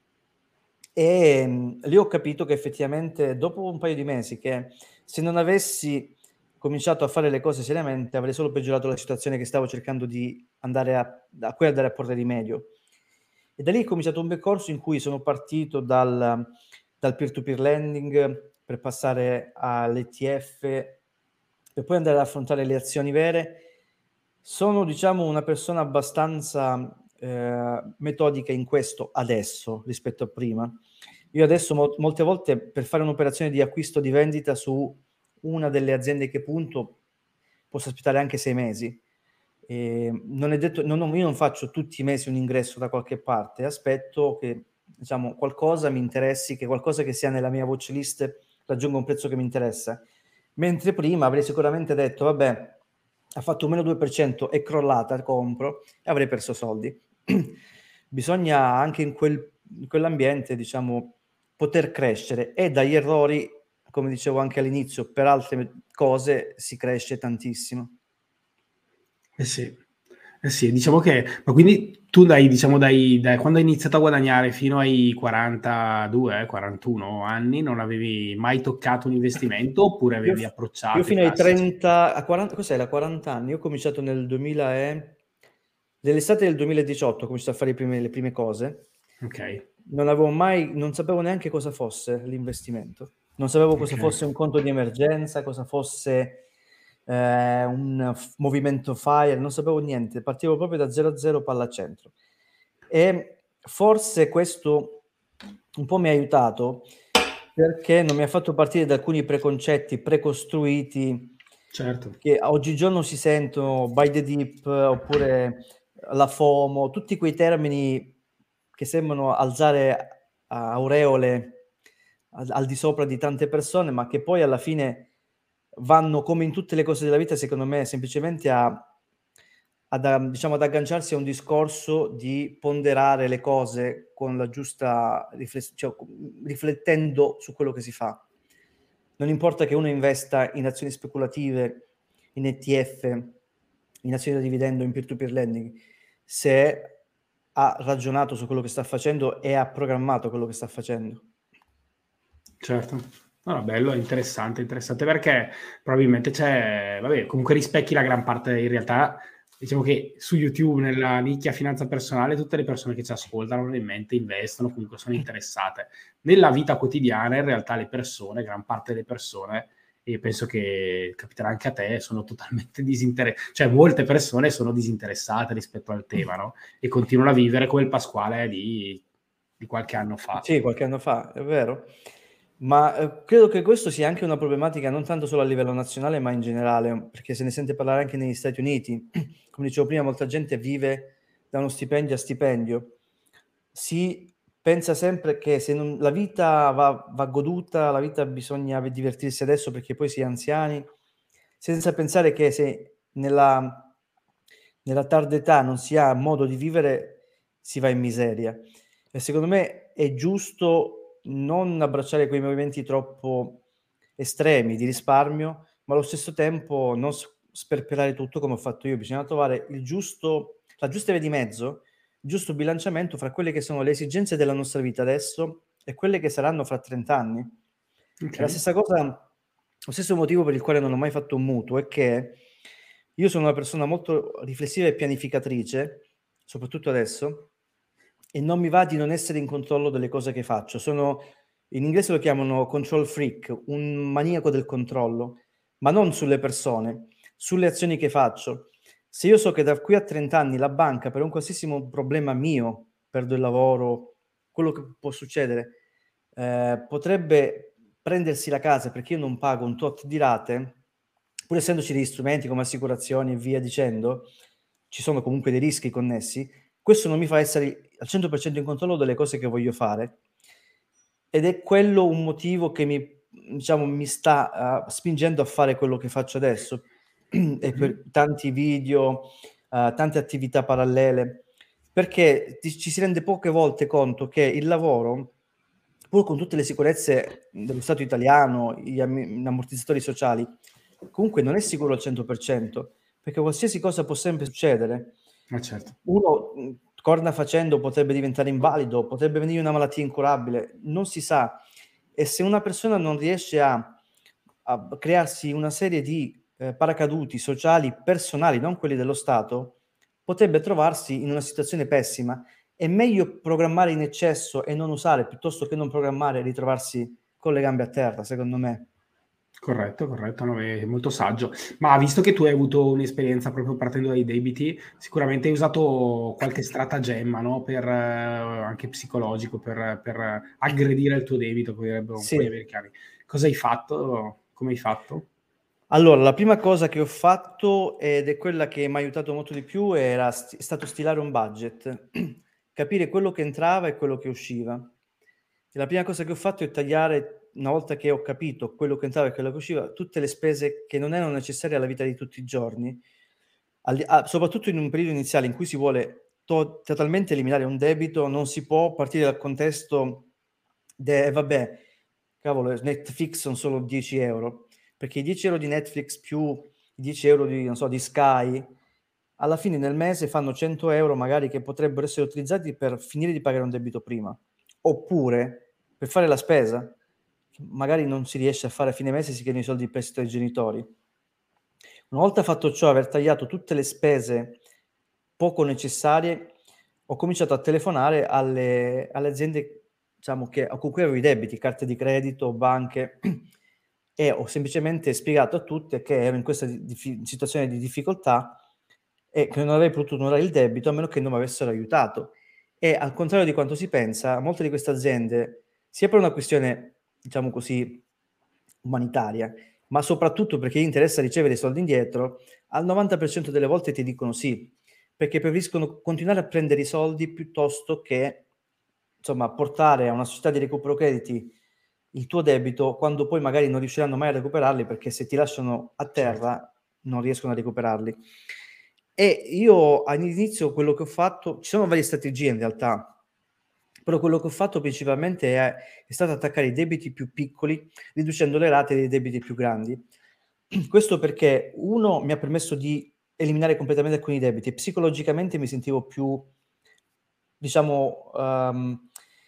E mh, lì ho capito che effettivamente dopo un paio di mesi, che se non avessi cominciato a fare le cose seriamente avrei solo peggiorato la situazione che stavo cercando di andare a, a cui andare a porre rimedio. E da lì è cominciato un percorso in cui sono partito dal, dal peer-to-peer lending per passare all'E T F, per poi andare ad affrontare le azioni vere. Sono, diciamo, una persona abbastanza eh, metodica in questo adesso rispetto a prima. Io adesso mo- molte volte per fare un'operazione di acquisto o di vendita su una delle aziende che punto posso aspettare anche sei mesi. E non è detto, non, non- io non faccio tutti i mesi un ingresso da qualche parte, aspetto che, diciamo, qualcosa mi interessi, che qualcosa che sia nella mia watch list raggiunga un prezzo che mi interessa. Mentre prima avrei sicuramente detto, vabbè, ha fatto un meno due per cento, è crollata, compro, e avrei perso soldi. Bisogna anche in, quel, in quell'ambiente, diciamo, poter crescere, e dagli errori, come dicevo anche all'inizio, per altre cose si cresce tantissimo. Eh sì, eh sì, diciamo che, ma quindi tu dai, diciamo, dai, dai quando hai iniziato a guadagnare fino ai quarantadue, quarantuno anni, non avevi mai toccato un investimento oppure Io, avevi io approcciato i fino ai classici? trenta, a quaranta, cos'è, la quaranta anni, io ho cominciato nel duemila e... nell'estate del duemiladiciotto ho cominciato a fare le prime, le prime cose. Ok, Non avevo mai, non sapevo neanche cosa fosse l'investimento. Non sapevo cosa ok. fosse un conto di emergenza, cosa fosse eh, un f- movimento FIRE, non sapevo niente. Partivo proprio da zero a zero, palla al centro. E forse questo un po' mi ha aiutato perché non mi ha fatto partire da alcuni preconcetti precostruiti Certo. che oggigiorno si sentono, buy the dip oppure la FOMO, tutti quei termini che sembrano alzare aureole al, al di sopra di tante persone, ma che poi alla fine vanno, come in tutte le cose della vita, secondo me, semplicemente a, ad, diciamo, ad agganciarsi a un discorso di ponderare le cose con la giusta riflessione, cioè, riflettendo su quello che si fa. Non importa che uno investa in azioni speculative, in E T F, in azioni da dividendo, in peer-to-peer lending, se ha ragionato su quello che sta facendo e ha programmato quello che sta facendo. Certo. No, no, bello, interessante, interessante perché probabilmente c'è, vabbè, comunque rispecchi la gran parte, in realtà, diciamo che su YouTube, nella nicchia finanza personale, tutte le persone che ci ascoltano probabilmente investono, comunque sono interessate. Nella vita quotidiana, in realtà, le persone, gran parte delle persone, e penso che capiterà anche a te, sono totalmente disinteressate, cioè molte persone sono disinteressate rispetto al tema, no? E continuano a vivere come il Pasquale di, di qualche anno fa. Sì, qualche anno fa, è vero. Ma eh, credo che questo sia anche una problematica non tanto solo a livello nazionale, ma in generale, perché se ne sente parlare anche negli Stati Uniti. Come dicevo prima, molta gente vive da uno stipendio a stipendio. Si pensa sempre che se non- la vita va, va goduta, la vita bisogna divertirsi adesso perché poi si è anziani, senza pensare che se nella, nella tarda età non si ha modo di vivere, si va in miseria. E secondo me è giusto non abbracciare quei movimenti troppo estremi di risparmio, ma allo stesso tempo non s- sperperare tutto come ho fatto io. Bisogna trovare il giusto, la giusta via di mezzo, il giusto bilanciamento fra quelle che sono le esigenze della nostra vita adesso e quelle che saranno fra trenta anni. Ok. È la stessa cosa, lo stesso motivo per il quale non ho mai fatto un mutuo è che io sono una persona molto riflessiva e pianificatrice, soprattutto adesso, e non mi va di non essere in controllo delle cose che faccio. Sono in inglese lo chiamano control freak, un maniaco del controllo, ma non sulle persone, sulle azioni che faccio. Se io so che da qui a trenta anni la banca, per un qualsiasi problema mio, perdo il lavoro, quello che può succedere, eh, potrebbe prendersi la casa perché io non pago un tot di rate, pur essendoci degli strumenti come assicurazioni e via dicendo, ci sono comunque dei rischi connessi, questo non mi fa essere al cento per cento in controllo delle cose che voglio fare, ed è quello un motivo che mi, diciamo, mi sta uh, spingendo a fare quello che faccio adesso, e per tanti video, uh, tante attività parallele, perché ti, ci si rende poche volte conto che il lavoro, pur con tutte le sicurezze dello Stato italiano, gli, amm- gli ammortizzatori sociali, comunque non è sicuro al cento per cento, perché qualsiasi cosa può sempre succedere. Ma certo. Uno, mh, corna facendo, potrebbe diventare invalido, potrebbe venire una malattia incurabile, non si sa. E se una persona non riesce a, a crearsi una serie di eh, paracaduti sociali personali, non quelli dello Stato, potrebbe trovarsi in una situazione pessima. È meglio programmare in eccesso e non usare, piuttosto che non programmare e ritrovarsi con le gambe a terra, secondo me. Corretto, corretto, no, è molto saggio. Ma visto che tu hai avuto un'esperienza proprio partendo dai debiti, sicuramente hai usato qualche stratagemma, no? Per, eh, anche psicologico, per, per aggredire il tuo debito, come direbbero un po' gli Sì. americani. Cosa hai fatto? Come hai fatto? Allora, la prima cosa che ho fatto, ed è quella che mi ha aiutato molto di più, era st- è stato stilare un budget, capire quello che entrava e quello che usciva. E la prima cosa che ho fatto è tagliare, una volta che ho capito quello che entrava e quello che usciva, tutte le spese che non erano necessarie alla vita di tutti i giorni, al- a- soprattutto in un periodo iniziale in cui si vuole to- totalmente eliminare un debito, non si può partire dal contesto de, vabbè, cavolo, Netflix sono solo dieci euro, perché i dieci euro di Netflix più i dieci euro di, non so, di Sky, alla fine nel mese fanno cento euro magari che potrebbero essere utilizzati per finire di pagare un debito prima, oppure per fare la spesa, che magari non si riesce a fare a fine mese, si chiedono i soldi in prestito ai genitori. Una volta fatto ciò, aver tagliato tutte le spese poco necessarie, ho cominciato a telefonare alle, alle aziende, diciamo, che, con cui avevo i debiti, carte di credito, banche, e ho semplicemente spiegato a tutte che ero in questa di- situazione di difficoltà e che non avrei potuto onorare il debito a meno che non mi avessero aiutato. E al contrario di quanto si pensa, molte di queste aziende, sia per una questione, diciamo così, umanitaria, ma soprattutto perché gli interessa ricevere i soldi indietro, al novanta per cento delle volte ti dicono sì, perché preferiscono continuare a prendere i soldi piuttosto che, insomma, portare a una società di recupero crediti il tuo debito quando poi magari non riusciranno mai a recuperarli, perché se ti lasciano a terra Certo. non riescono a recuperarli. E io all'inizio quello che ho fatto, ci sono varie strategie in realtà, però quello che ho fatto principalmente è, è stato attaccare i debiti più piccoli, riducendo le rate dei debiti più grandi. Questo perché uno mi ha permesso di eliminare completamente alcuni debiti e psicologicamente mi sentivo più, diciamo, um,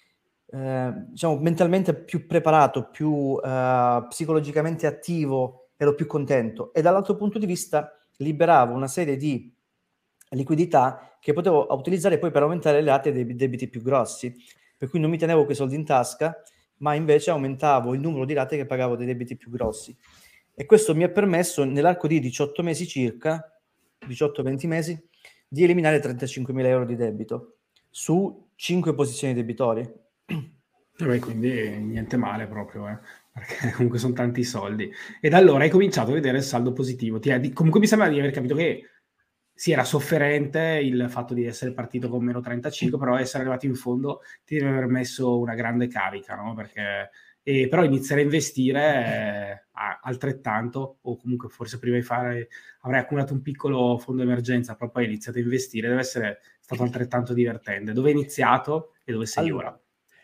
eh, diciamo mentalmente più preparato, più uh, psicologicamente attivo, ero più contento, e dall'altro punto di vista liberavo una serie di liquidità che potevo utilizzare poi per aumentare le rate dei debiti più grossi, per cui non mi tenevo quei soldi in tasca, ma invece aumentavo il numero di rate che pagavo dei debiti più grossi. E questo mi ha permesso nell'arco di diciotto mesi circa, diciotto venti mesi, di eliminare trentacinquemila euro di debito su cinque posizioni debitorie. Vabbè, quindi niente male proprio, eh, perché comunque sono tanti soldi. E da allora hai cominciato a vedere il saldo positivo. Ti è di- comunque mi sembra di aver capito che sì, era sofferente il fatto di essere partito con meno trentacinque, però essere arrivati in fondo ti deve aver messo una grande carica, no? Perché, e, però iniziare a investire eh, a- altrettanto, o comunque forse prima di fare, avrai accumulato un piccolo fondo emergenza, però poi hai iniziato a investire, deve essere stato altrettanto divertente. Dove hai iniziato e dove sei ora? Allora,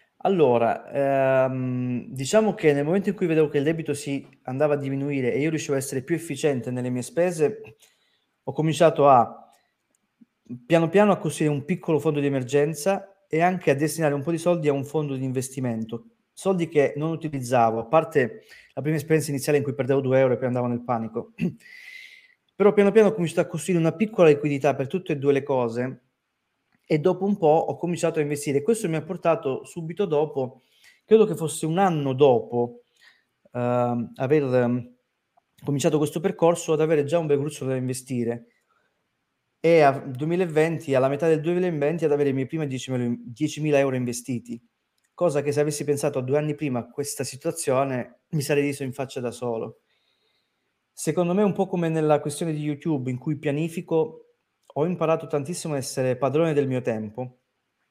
allora ehm, diciamo che nel momento in cui vedevo che il debito si andava a diminuire e io riuscivo a essere più efficiente nelle mie spese, ho cominciato a piano piano a costruire un piccolo fondo di emergenza e anche a destinare un po' di soldi a un fondo di investimento, soldi che non utilizzavo, a parte la prima esperienza iniziale in cui perdevo due euro e poi andavo nel panico. Però piano piano ho cominciato a costruire una piccola liquidità per tutte e due le cose, e dopo un po' ho cominciato a investire. Questo mi ha portato subito dopo credo che fosse un anno dopo uh, aver um, cominciato questo percorso, ad avere già un bel gruzzolo da investire, e al duemilaventi, alla metà del duemilaventi, ad avere i miei primi diecimila euro investiti, cosa che se avessi pensato due anni prima a questa situazione mi sarei riso in faccia da solo. Secondo me è un po' come nella questione di YouTube, in cui pianifico, ho imparato tantissimo a essere padrone del mio tempo,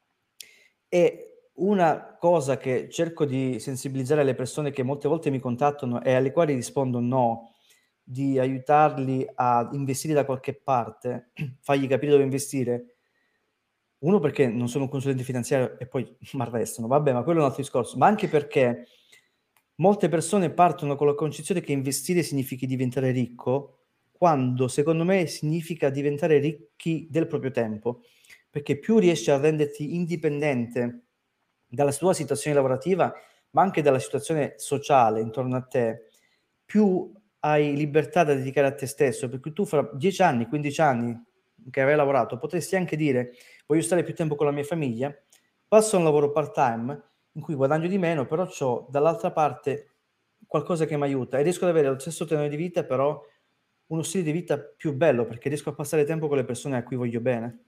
e una cosa che cerco di sensibilizzare le persone che molte volte mi contattano e alle quali rispondo no, di aiutarli a investire da qualche parte, fargli capire dove investire. Uno, perché non sono un consulente finanziario e poi mi arrestano, vabbè, ma quello è un altro discorso, ma anche perché molte persone partono con la concezione che investire significhi diventare ricco, quando secondo me significa diventare ricchi del proprio tempo, perché più riesci a renderti indipendente dalla tua situazione lavorativa, ma anche dalla situazione sociale intorno a te, più hai libertà da dedicare a te stesso, perché tu fra dieci anni, quindici anni che avrai lavorato, potresti anche dire: voglio stare più tempo con la mia famiglia, passo a un lavoro part-time in cui guadagno di meno, però c'ho dall'altra parte qualcosa che mi aiuta e riesco ad avere lo stesso tenore di vita, però uno stile di vita più bello, perché riesco a passare tempo con le persone a cui voglio bene.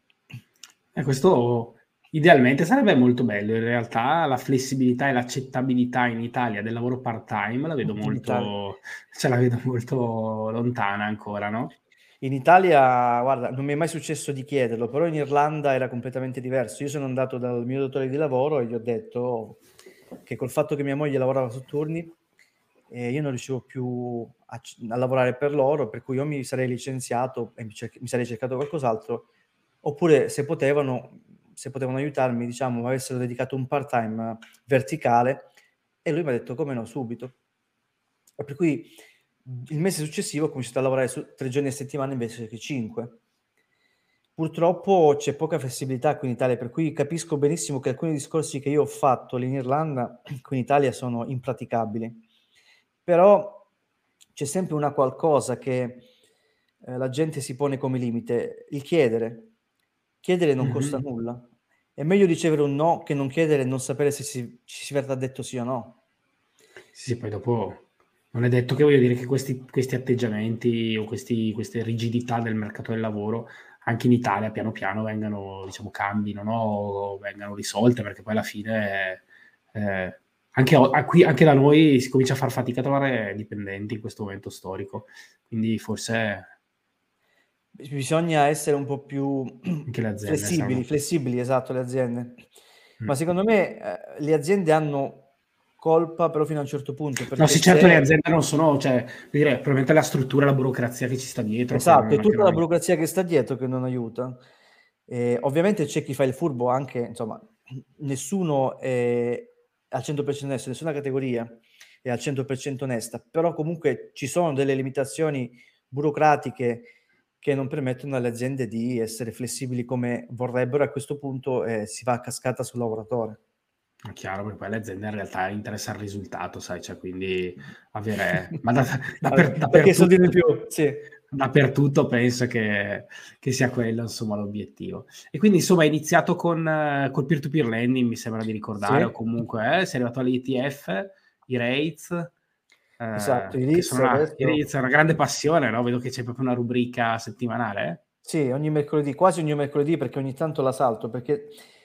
E questo idealmente sarebbe molto bello. In realtà la flessibilità e l'accettabilità in Italia del lavoro part-time la vedo molto, cioè la vedo molto lontana ancora, no? In Italia, guarda, non mi è mai successo di chiederlo, però in Irlanda era completamente diverso. Io sono andato dal mio datore di lavoro e gli ho detto che col fatto che mia moglie lavorava su turni, eh, io non riuscivo più a, a lavorare per loro, per cui io mi sarei licenziato e mi, cer- mi sarei cercato qualcos'altro, oppure se potevano, se potevano aiutarmi, diciamo, mi avessero dedicato un part-time verticale, e lui mi ha detto come no, subito. E per cui il mese successivo ho cominciato a lavorare su tre giorni a settimana invece che cinque. Purtroppo c'è poca flessibilità qui in Italia, per cui capisco benissimo che alcuni discorsi che io ho fatto lì in Irlanda, qui in Italia, sono impraticabili. Però c'è sempre una qualcosa che eh, la gente si pone come limite: il chiedere. Chiedere non costa Mm-hmm. nulla. È meglio ricevere un no che non chiedere e non sapere se si, ci si verrà detto sì o no. Sì, sì, poi dopo non è detto che, voglio dire, che questi, questi atteggiamenti o questi, queste rigidità del mercato del lavoro anche in Italia piano piano vengano, diciamo, cambino, no? O vengano risolte, perché poi alla fine eh, anche, a, qui, anche da noi si comincia a far fatica a trovare dipendenti in questo momento storico, quindi forse Bisogna essere un po' più anche le aziende flessibili, saranno... flessibili, esatto, le aziende. Ma Mm. secondo me eh, le aziende hanno colpa però fino a un certo punto, No, perché sì, certo, le se... aziende non sono, cioè, voglio dire, probabilmente la struttura, la burocrazia che ci sta dietro, che Esatto, è non, che tutta non la aiuta. burocrazia che sta dietro che non aiuta. E ovviamente c'è chi fa il furbo anche, insomma, nessuno è al cento per cento onesto, nessuna categoria è al cento per cento onesta, però comunque ci sono delle limitazioni burocratiche che non permettono alle aziende di essere flessibili come vorrebbero, e a questo punto eh, si va a cascata sul lavoratore. È chiaro, perché poi le aziende in realtà interessa il risultato, sai, cioè quindi avere... Ma da, da per, Perché soldi di dappertutto, più? Sì. dappertutto penso che, che sia quello, insomma, l'obiettivo. E quindi, insomma, hai iniziato con eh, col peer-to-peer lending, mi sembra di ricordare, o Sì, comunque eh, sei arrivato all'E T F, i rates, esatto, eh, i che leads sono una, i adesso... rates è una grande passione, no? Vedo che c'è proprio una rubrica settimanale, eh? Sì, ogni mercoledì, quasi ogni mercoledì, perché ogni tanto la salto, perché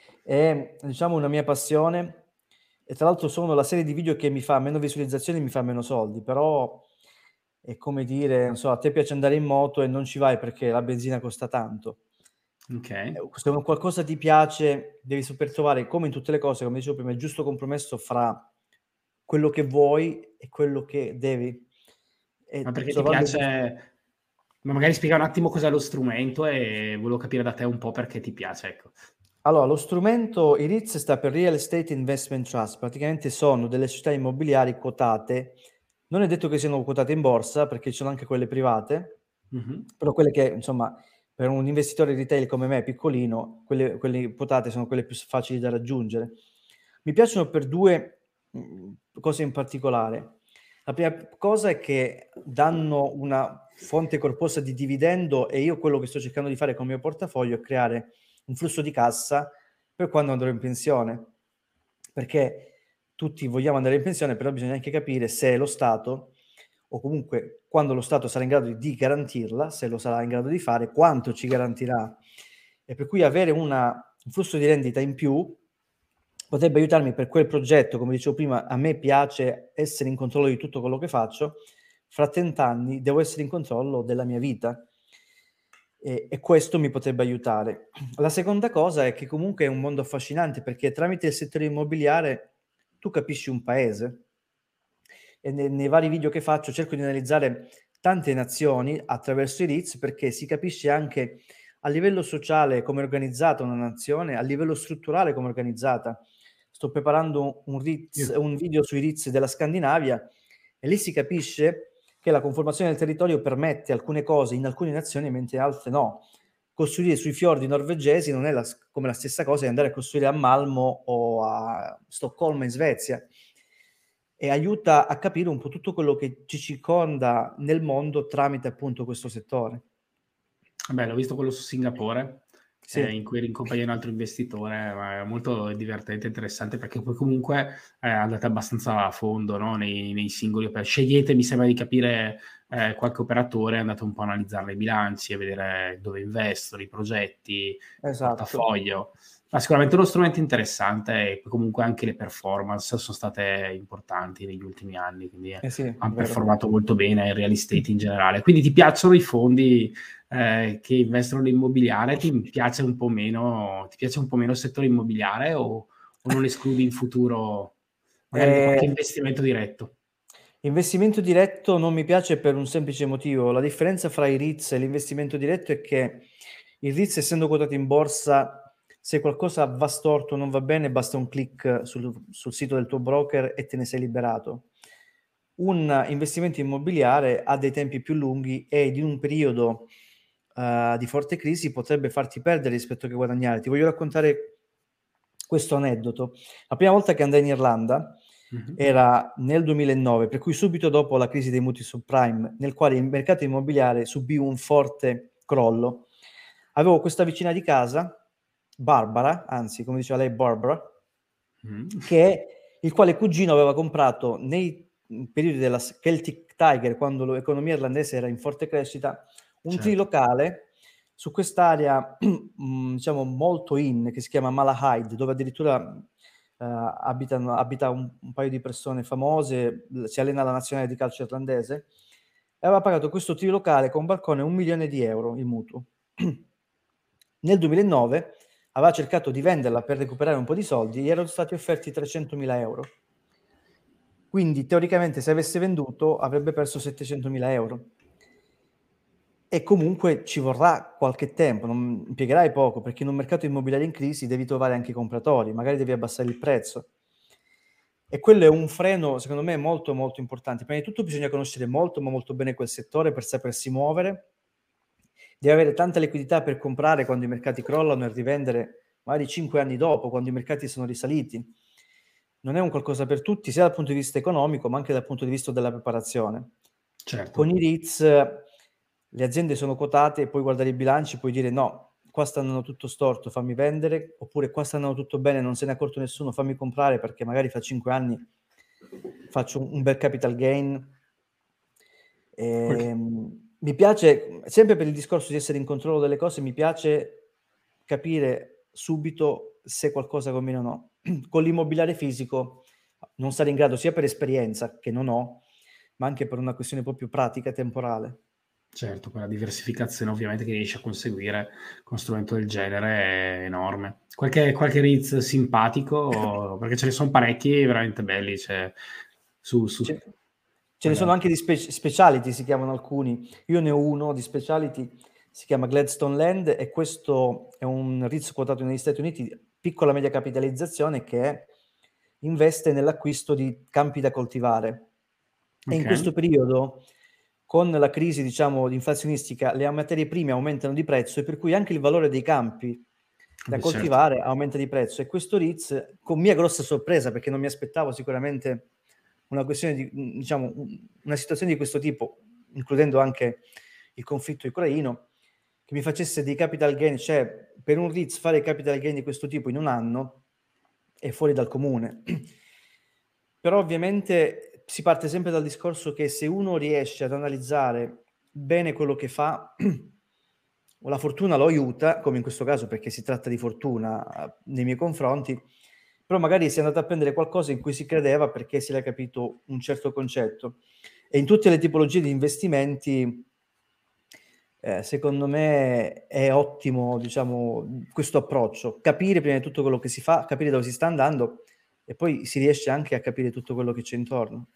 è, diciamo, una mia passione, e tra l'altro sono la serie di video che mi fa meno visualizzazioni e mi fa meno soldi, però è come dire, non so, a te piace andare in moto e non ci vai perché la benzina costa tanto. Ok. Eh, Se qualcosa ti piace, devi saper trovare, come in tutte le cose, come dicevo prima, il giusto compromesso fra quello che vuoi e quello che devi. Ma E perché ti trovando il giusto... piace... Ma magari spiega un attimo cos'è lo strumento e volevo capire da te un po' perché ti piace, ecco. Allora, lo strumento I R I Z sta per Real Estate Investment Trust, praticamente sono delle società immobiliari quotate, non è detto che siano quotate in borsa, perché ci sono anche quelle private, Mm-hmm. però quelle che, insomma, per un investitore retail come me, piccolino, quelle, quelle quotate sono quelle più facili da raggiungere. Mi piacciono per due mh, cose in particolare. La prima cosa è che danno una fonte corposa di dividendo, e io quello che sto cercando di fare con il mio portafoglio è creare un flusso di cassa per quando andrò in pensione, perché tutti vogliamo andare in pensione, però bisogna anche capire se lo Stato, o comunque quando lo Stato sarà in grado di garantirla, se lo sarà in grado di fare, quanto ci garantirà. E per cui avere una, un flusso di rendita in più potrebbe aiutarmi per quel progetto. Come dicevo prima, a me piace essere in controllo di tutto quello che faccio. Fra trent'anni devo essere in controllo della mia vita. E, e questo mi potrebbe aiutare. La seconda cosa è che comunque è un mondo affascinante, perché tramite il settore immobiliare tu capisci un paese. E nei, nei vari video che faccio cerco di analizzare tante nazioni attraverso i R I Z, perché si capisce anche a livello sociale come è organizzata una nazione, a livello strutturale come è organizzata. Sto preparando un, R I Z, un video sui R I Z della Scandinavia, e lì si capisce che la conformazione del territorio permette alcune cose in alcune nazioni, mentre in altre no. Costruire sui fiordi norvegesi non è la, come la stessa cosa di andare a costruire a Malmo o a Stoccolma in Svezia, e aiuta a capire un po' tutto quello che ci circonda nel mondo tramite appunto questo settore. Beh, l'ho visto quello su Singapore, sì. eh, in cui eri in compagnia di un altro investitore, ma è molto divertente e interessante, perché poi comunque eh, andate abbastanza a fondo, no? nei, nei singoli operatori. Scegliete, mi sembra di capire, eh, qualche operatore, andate un po' a analizzare i bilanci e vedere dove investono, i progetti, esatto. il portafoglio. Ma sicuramente uno strumento interessante, e comunque anche le performance sono state importanti negli ultimi anni, quindi eh sì, hanno vero. performato molto bene il real estate in generale. Quindi ti piacciono i fondi eh, che investono nell'immobiliare? Ti piace un po' meno, ti piace un po' meno il settore immobiliare, o, o non escludi in futuro magari Eh, qualche investimento diretto? Investimento diretto non mi piace per un semplice motivo. La differenza fra i R I Z e l'investimento diretto è che il R I Z, essendo quotato in borsa, se qualcosa va storto o non va bene, basta un click sul, sul sito del tuo broker e te ne sei liberato. Un investimento immobiliare ha dei tempi più lunghi e in un periodo uh, di forte crisi potrebbe farti perdere rispetto che guadagnare. Ti voglio raccontare questo aneddoto. La prima volta che andai in Irlanda mm-hmm. era nel duemilanove, per cui subito dopo la crisi dei mutui subprime, nel quale il mercato immobiliare subì un forte crollo. Avevo questa vicina di casa, Barbara, anzi come diceva lei Barbara, mm-hmm. che il quale cugino aveva comprato nei periodi della Celtic Tiger, quando l'economia irlandese era in forte crescita, un certo. trilocale su quest'area diciamo molto in, che si chiama Malahide, dove addirittura uh, abitano, abita un, un paio di persone famose, si allena la nazionale di calcio irlandese, e aveva pagato questo trilocale con balcone un milione di euro il mutuo. Nel duemilanove aveva cercato di venderla per recuperare un po' di soldi, gli erano stati offerti trecentomila euro. Quindi teoricamente se avesse venduto avrebbe perso settecentomila euro. E comunque ci vorrà qualche tempo, non impiegherai poco, perché in un mercato immobiliare in crisi devi trovare anche i compratori, magari devi abbassare il prezzo. E quello è un freno, secondo me, molto molto importante. Prima di tutto bisogna conoscere molto ma molto bene quel settore per sapersi muovere. Devi avere tanta liquidità per comprare quando i mercati crollano e rivendere magari cinque anni dopo, quando i mercati sono risaliti. Non è un qualcosa per tutti, sia dal punto di vista economico, ma anche dal punto di vista della preparazione. Certo. Con i R I Z le aziende sono quotate, puoi guardare i bilanci, puoi dire no, qua sta andando tutto storto, fammi vendere, oppure qua sta andando tutto bene, non se ne è accorto nessuno, fammi comprare, perché magari fra cinque anni faccio un bel capital gain. E, okay. Mi piace, sempre per il discorso di essere in controllo delle cose, mi piace capire subito se qualcosa conviene o no. Con l'immobiliare fisico non sarei in grado, sia per esperienza, che non ho, ma anche per una questione proprio pratica e temporale. Certo, quella diversificazione ovviamente che riesci a conseguire con uno strumento del genere è enorme. Qualche, qualche R I Z simpatico, perché ce ne sono parecchi veramente belli. Cioè, su, su, ce, ce ne sono anche di spe- speciality, si chiamano alcuni. Io ne ho uno di speciality, si chiama Gladstone Land, e questo è un R I Z quotato negli Stati Uniti, piccola media capitalizzazione, che investe nell'acquisto di campi da coltivare. Okay. E in questo periodo, con la crisi, diciamo, inflazionistica, le materie prime aumentano di prezzo, e per cui anche il valore dei campi da Beh, coltivare certo. aumenta di prezzo. E questo R I Z, con mia grossa sorpresa, perché non mi aspettavo sicuramente una questione di, diciamo, una situazione di questo tipo, includendo anche il conflitto ucraino, che mi facesse dei capital gain, cioè per un R I Z fare capital gain di questo tipo in un anno è fuori dal comune. però ovviamente si parte sempre dal discorso che se uno riesce ad analizzare bene quello che fa, la fortuna lo aiuta, come in questo caso perché si tratta di fortuna nei miei confronti, però magari si è andato a prendere qualcosa in cui si credeva perché si era capito un certo concetto. E in tutte le tipologie di investimenti, eh, secondo me è ottimo, diciamo, questo approccio, capire prima di tutto quello che si fa, capire dove si sta andando e poi si riesce anche a capire tutto quello che c'è intorno.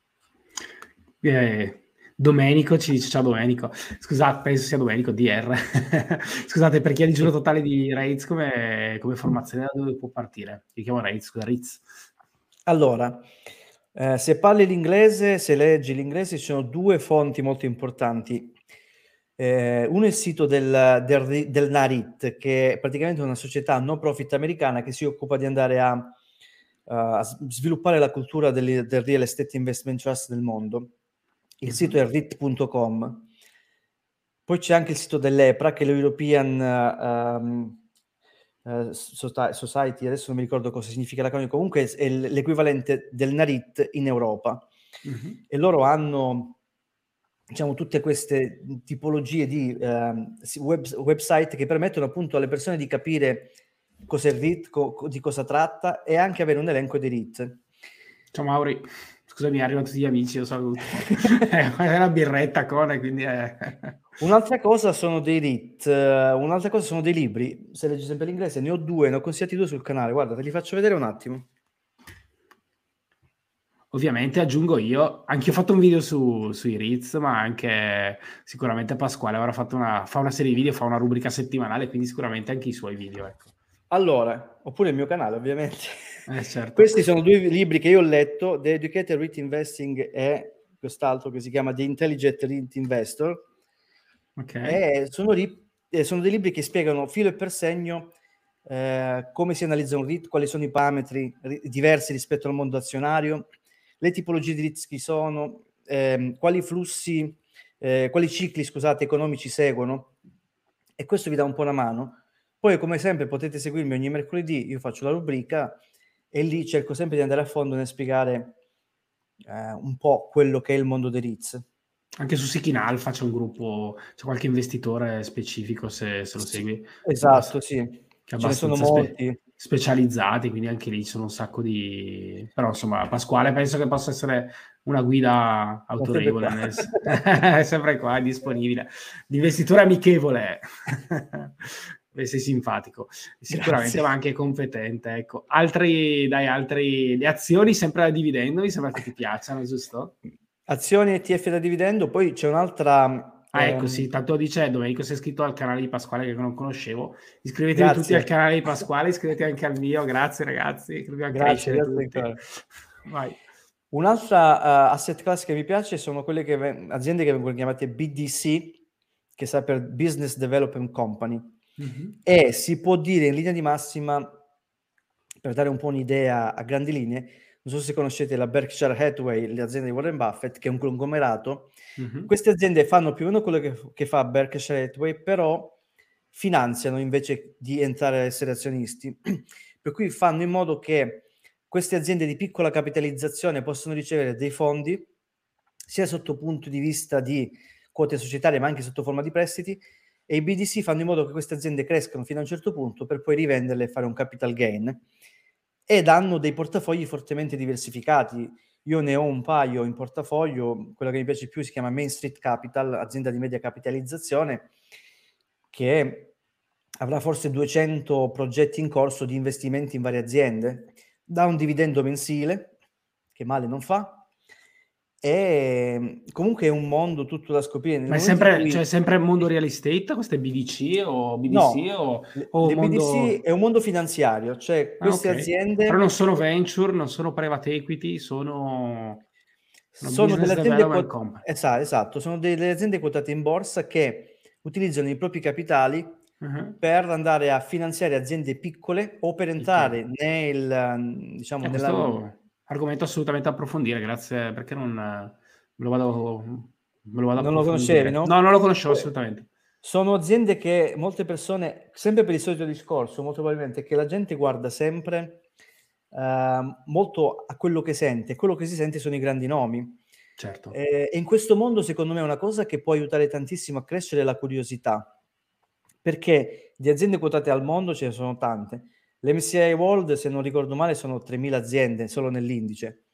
Eh, Domenico ci dice, ciao Domenico, scusate, penso sia Domenico D R. Scusate, per chi ha digiuno totale di Rates come, come formazione, da dove può partire? Io chiamo Rates, scusa, Ritz. Allora, eh, se parli l'inglese, se leggi l'inglese, ci sono due fonti molto importanti. Eh, uno è il sito del, del, del Narit, che è praticamente una società no profit americana che si occupa di andare a, a sviluppare la cultura del, del real estate investment trust nel mondo. Il Mm-hmm. sito è rit punto com. Poi c'è anche il sito dell'EPRA, che è l'European um, uh, Society, adesso non mi ricordo cosa significa l'acronimo, comunque è l'equivalente del Narit in Europa. Mm-hmm. E loro hanno, diciamo, tutte queste tipologie di uh, web, website che permettono appunto alle persone di capire cos'è il R I T, co- di cosa tratta e anche avere un elenco di R I T. Ciao Mauri, scusami, arrivano tutti gli amici, lo saluto. È una birretta con, quindi è... Un'altra cosa sono dei R I T, uh, un'altra cosa sono dei libri. Se leggi sempre l'inglese, ne ho due, ne ho consigliati due sul canale. Guarda, te li faccio vedere un attimo. Ovviamente aggiungo io, anche io ho fatto un video su, sui R I T, ma anche sicuramente Pasquale avrà fatto una, fa una serie di video, fa una rubrica settimanale, quindi sicuramente anche i suoi video, ecco. Allora, oppure il mio canale, ovviamente. Eh, certo. Questi sono due libri che io ho letto, The Educated R I T Investing e quest'altro che si chiama The Intelligent R I T Investor. Ok. E sono, ri- sono dei libri che spiegano filo e per segno eh, come si analizza un R I T, quali sono i parametri ri- diversi rispetto al mondo azionario, le tipologie di R I T chi sono, ehm, quali flussi, eh, quali cicli, scusate, economici seguono, e questo vi dà un po' una mano. Poi, come sempre, potete seguirmi ogni mercoledì, io faccio la rubrica e lì cerco sempre di andare a fondo nel spiegare eh, un po' quello che è il mondo dei R I T. Anche su Seeking Alpha c'è un gruppo, c'è qualche investitore specifico, se, se lo segui. Esatto, sì. Che Ce ne sono spe- molti. specializzati, quindi anche lì ci sono un sacco di... Però insomma, Pasquale penso che possa essere una guida autorevole. Nel... è sempre qua, è disponibile. L'investitore amichevole. Beh, sei simpatico. Sicuramente, ma anche competente. Ecco. Altri, dai, altri... Le azioni sempre da dividendo, mi sembra che ti piacciono, giusto? Azioni E T F da dividendo, poi c'è un'altra... Ah, ecco, sì, tanto dice Domenico, sei iscritto al canale di Pasquale che non conoscevo. Iscrivetevi Grazie. tutti al canale di Pasquale, iscrivetevi anche al mio, grazie ragazzi, che dobbiamo Grazie, crescere grazie tutti. Vai. Un'altra uh, asset class che mi piace sono quelle che aziende che vengono chiamate B D C, che sta per Business Development Company, mm-hmm. E si può dire in linea di massima, per dare un po' un'idea a grandi linee, non so se conoscete la Berkshire Hathaway, l'azienda di Warren Buffett, che è un conglomerato. Mm-hmm. Queste aziende fanno più o meno quello che, che fa Berkshire Hathaway, però finanziano invece di entrare a essere azionisti, per cui fanno in modo che queste aziende di piccola capitalizzazione possono ricevere dei fondi sia sotto punto di vista di quote societarie ma anche sotto forma di prestiti, e i B D C fanno in modo che queste aziende crescano fino a un certo punto per poi rivenderle e fare un capital gain, ed hanno dei portafogli fortemente diversificati. Io ne ho un paio in portafoglio, quella che mi piace più si chiama Main Street Capital, azienda di media capitalizzazione, che avrà forse duecento progetti in corso di investimenti in varie aziende, dà un dividendo mensile, che male non fa, e comunque è un mondo tutto da scoprire. Nel Ma è sempre, cui... cioè, sempre il mondo real estate, queste B D C o B D C no, o, le, o le mondo... B D C è un mondo finanziario, cioè queste ah, okay. aziende... Però non sono venture, non sono private equity, sono... Sono, sono delle aziende quot- esatto, esatto, sono delle aziende quotate in borsa che utilizzano i propri capitali uh-huh. per andare a finanziare aziende piccole o per entrare okay. nel, diciamo, eh, nella... questo argomento assolutamente approfondire, grazie, perché non me lo vado, me lo vado non lo conoscevi, no? No, non lo conoscevo Beh, assolutamente. Sono aziende che molte persone, sempre per il solito discorso, molto probabilmente, che la gente guarda sempre uh, molto a quello che sente. Quello che si sente sono i grandi nomi. Certo. E in questo mondo, secondo me, una cosa che può aiutare tantissimo a crescere è la curiosità, perché di aziende quotate al mondo ce ne sono tante. L'M S C I World, se non ricordo male, sono tremila aziende solo nell'indice.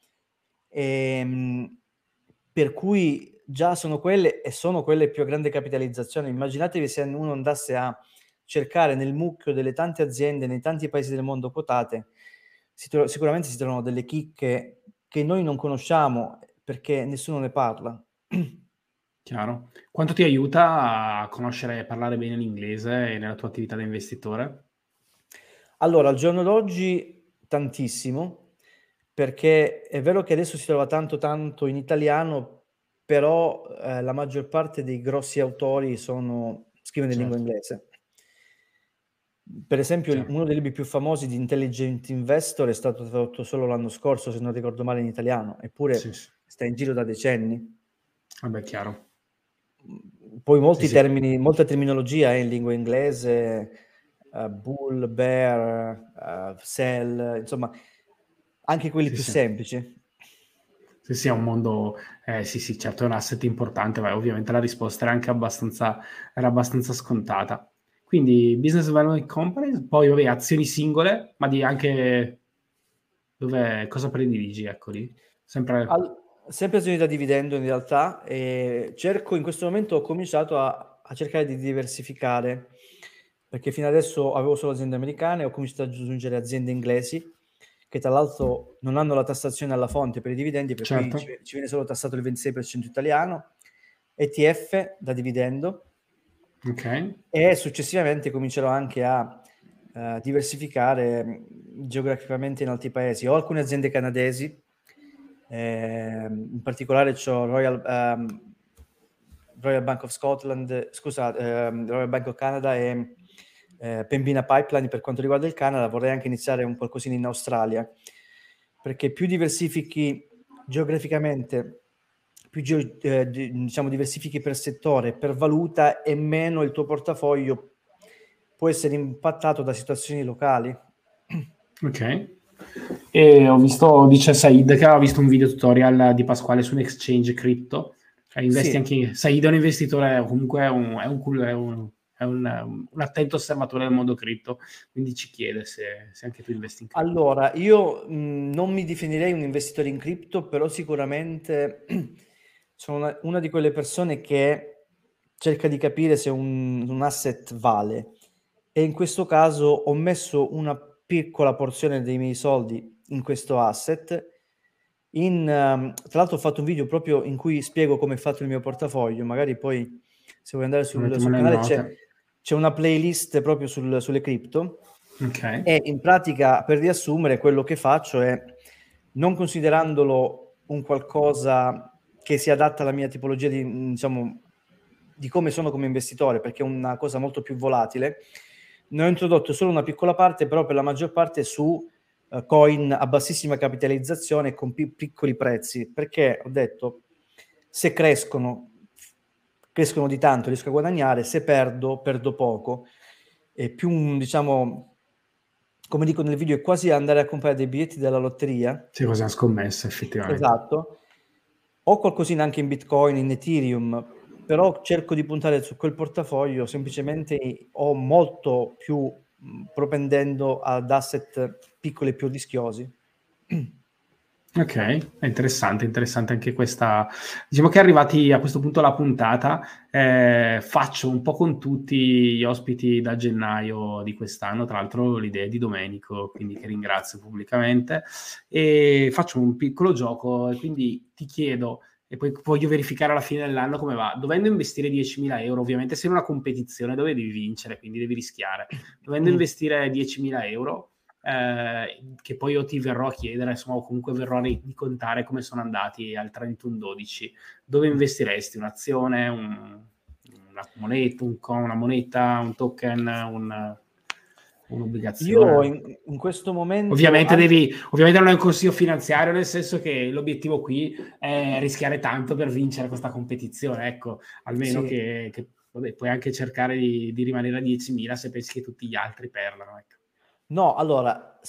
E, per cui già sono quelle e sono quelle più a grande capitalizzazione. Immaginatevi se uno andasse a cercare nel mucchio delle tante aziende nei tanti paesi del mondo quotate, si tro- sicuramente si trovano delle chicche che noi non conosciamo perché nessuno ne parla. Chiaro. Quanto ti aiuta a conoscere e parlare bene l'inglese nella tua attività da investitore? Allora, al giorno d'oggi tantissimo, perché è vero che adesso si trova tanto tanto in italiano, però eh, la maggior parte dei grossi autori sono, scrivono in lingua Certo, inglese. Per esempio, il- chiaro. uno dei libri più famosi di Intelligent Investor è stato tradotto solo l'anno scorso, se non ricordo male, in italiano, Sì, eppure sì. sta in giro da decenni. Vabbè, chiaro. Poi Sì, molti sì. termini, molta terminologia è in lingua inglese, eh, bull, bear, eh, sell, insomma, anche quelli Sì, più sì. semplici. Sì, sì, è un mondo, eh, sì, sì, certo è un asset importante, ma ovviamente la risposta era anche abbastanza, era abbastanza scontata. Quindi business development companies, poi vabbè, azioni singole, ma di anche dove, cosa prediligi, ecco lì? Sempre, Al- sempre azioni da dividendo in realtà, e cerco in questo momento, ho cominciato a, a cercare di diversificare, perché fino adesso avevo solo aziende americane, ho cominciato ad aggiungere aziende inglesi, che tra l'altro non hanno la tassazione alla fonte per i dividendi, per cui ci, certo, ci viene solo tassato il ventisei per cento italiano, E T F da dividendo, ok, e successivamente comincerò anche a eh, diversificare mh, geograficamente in altri paesi. Ho alcune aziende canadesi, ehm, in particolare c'ho Royal, ehm, Royal Bank of Scotland, scusa, ehm, Royal Bank of Canada e eh, Pembina Pipeline per quanto riguarda il Canada. Vorrei anche iniziare un qualcosina in Australia, perché più diversifichi geograficamente, più geo- eh, di- diciamo diversifichi per settore, per valuta, e meno il tuo portafoglio può essere impattato da situazioni locali. ok. E ho visto, dice Said, che aveva visto un video tutorial di Pasquale su un exchange crypto. Eh, investi Sì, anche, Said è un investitore, comunque è un, è un, cool- è un, è un, un attento osservatore del mondo cripto, quindi ci chiede se, se anche tu investi in cripto. allora io mh, non mi definirei un investitore in cripto, però sicuramente sono una, una di quelle persone che cerca di capire se un, un asset vale, e in questo caso ho messo una piccola porzione dei miei soldi in questo asset. In, ehm, tra l'altro ho fatto un video proprio in cui spiego come è fatto il mio portafoglio, magari poi se vuoi andare Lo sul, mettiamo sul nelle canale c'è, note. c'è una playlist proprio sul- sulle cripto, Ok, e in pratica, per riassumere, quello che faccio è, non considerandolo un qualcosa che si adatta alla mia tipologia di, diciamo, di come sono come investitore, perché è una cosa molto più volatile, ne ho introdotto solo una piccola parte, però per la maggior parte su eh, coin a bassissima capitalizzazione e con pi- piccoli prezzi, perché ho detto, se crescono, crescono di tanto, riesco a guadagnare; se perdo, perdo poco. E più, diciamo, come dico nel video, è quasi andare a comprare dei biglietti della lotteria. sì, cos'è una scommessa effettivamente. Esatto. Ho qualcosina anche in Bitcoin, in Ethereum, però cerco di puntare su quel portafoglio, semplicemente ho molto più mh, propendendo ad asset piccoli e più rischiosi. Ok, è interessante, interessante anche questa. Diciamo che arrivati a questo punto alla puntata, eh, faccio un po' con tutti gli ospiti da gennaio di quest'anno, tra l'altro l'idea è di Domenico, quindi che ringrazio pubblicamente, e faccio un piccolo gioco e quindi ti chiedo, e poi voglio verificare alla fine dell'anno come va, dovendo investire diecimila euro, ovviamente sei in una competizione dove devi vincere, quindi devi rischiare, dovendo Mm. investire diecimila euro, eh, che poi io ti verrò a chiedere, insomma, o comunque verrò a ricontare come sono andati al trentuno dodici. Dove investiresti? Un'azione, un, una moneta, un, una moneta, un token, un, Io un'obbligazione? in, in questo momento, Ovviamente anche devi, ovviamente non è un consiglio finanziario, nel senso che l'obiettivo qui è rischiare tanto per vincere questa competizione, ecco, almeno sì, che, che vabbè, puoi anche cercare di, di rimanere a diecimila se pensi che tutti gli altri perdano, ecco. no, allora, se,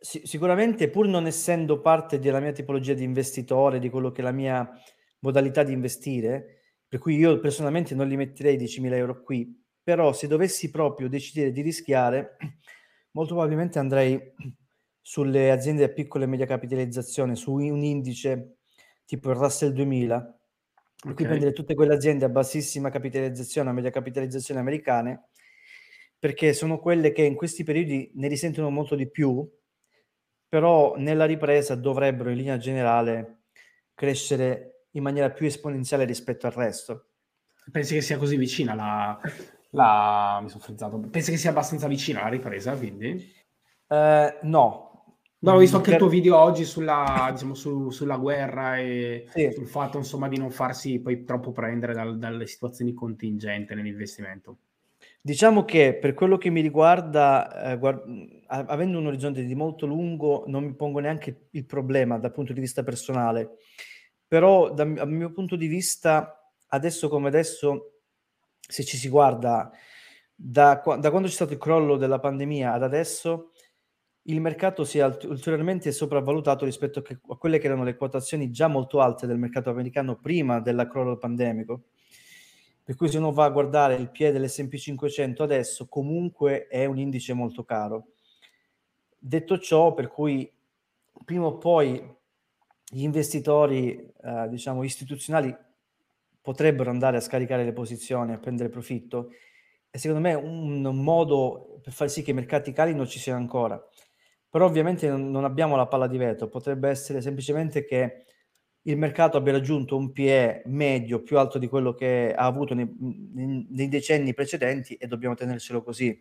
Sì, sicuramente, pur non essendo parte della mia tipologia di investitore, di quello che è la mia modalità di investire, per cui io personalmente non li metterei diecimila euro qui, però se dovessi proprio decidere di rischiare, molto probabilmente andrei sulle aziende a piccola e media capitalizzazione, su un indice tipo il Russell duemila, per cui Ok. prendere tutte quelle aziende a bassissima capitalizzazione, a media capitalizzazione americane, perché sono quelle che in questi periodi ne risentono molto di più, però nella ripresa dovrebbero in linea generale crescere in maniera più esponenziale rispetto al resto. Pensi che sia così vicina la... la... mi sono frizzato. Pensi che sia abbastanza vicina la ripresa, quindi? Eh, no. No, ho visto Mm, anche il tuo per... video oggi sulla, diciamo, su- sulla guerra e Sì. sul fatto, insomma, di non farsi poi troppo prendere dal- dalle situazioni contingenti nell'investimento. Diciamo che per quello che mi riguarda, eh, guard- a- avendo un orizzonte di molto lungo, non mi pongo neanche il problema dal punto di vista personale, però da- dal mio punto di vista, adesso come adesso, se ci si guarda da, qua- da quando c'è stato il crollo della pandemia ad adesso, il mercato si è alt- ulteriormente sopravvalutato rispetto a, che- a quelle che erano le quotazioni già molto alte del mercato americano prima del crollo pandemico. Per cui se uno va a guardare il P E dell'esse and P cinquecento adesso, comunque è un indice molto caro. Detto ciò, per cui prima o poi gli investitori, eh, diciamo, istituzionali potrebbero andare a scaricare le posizioni, a prendere profitto, e secondo me un, un modo per far sì che i mercati calino ci sia ancora. Però ovviamente non, non abbiamo la palla di vetro, potrebbe essere semplicemente che il mercato abbia raggiunto un P E medio più alto di quello che ha avuto nei, nei, nei decenni precedenti e dobbiamo tenercelo così.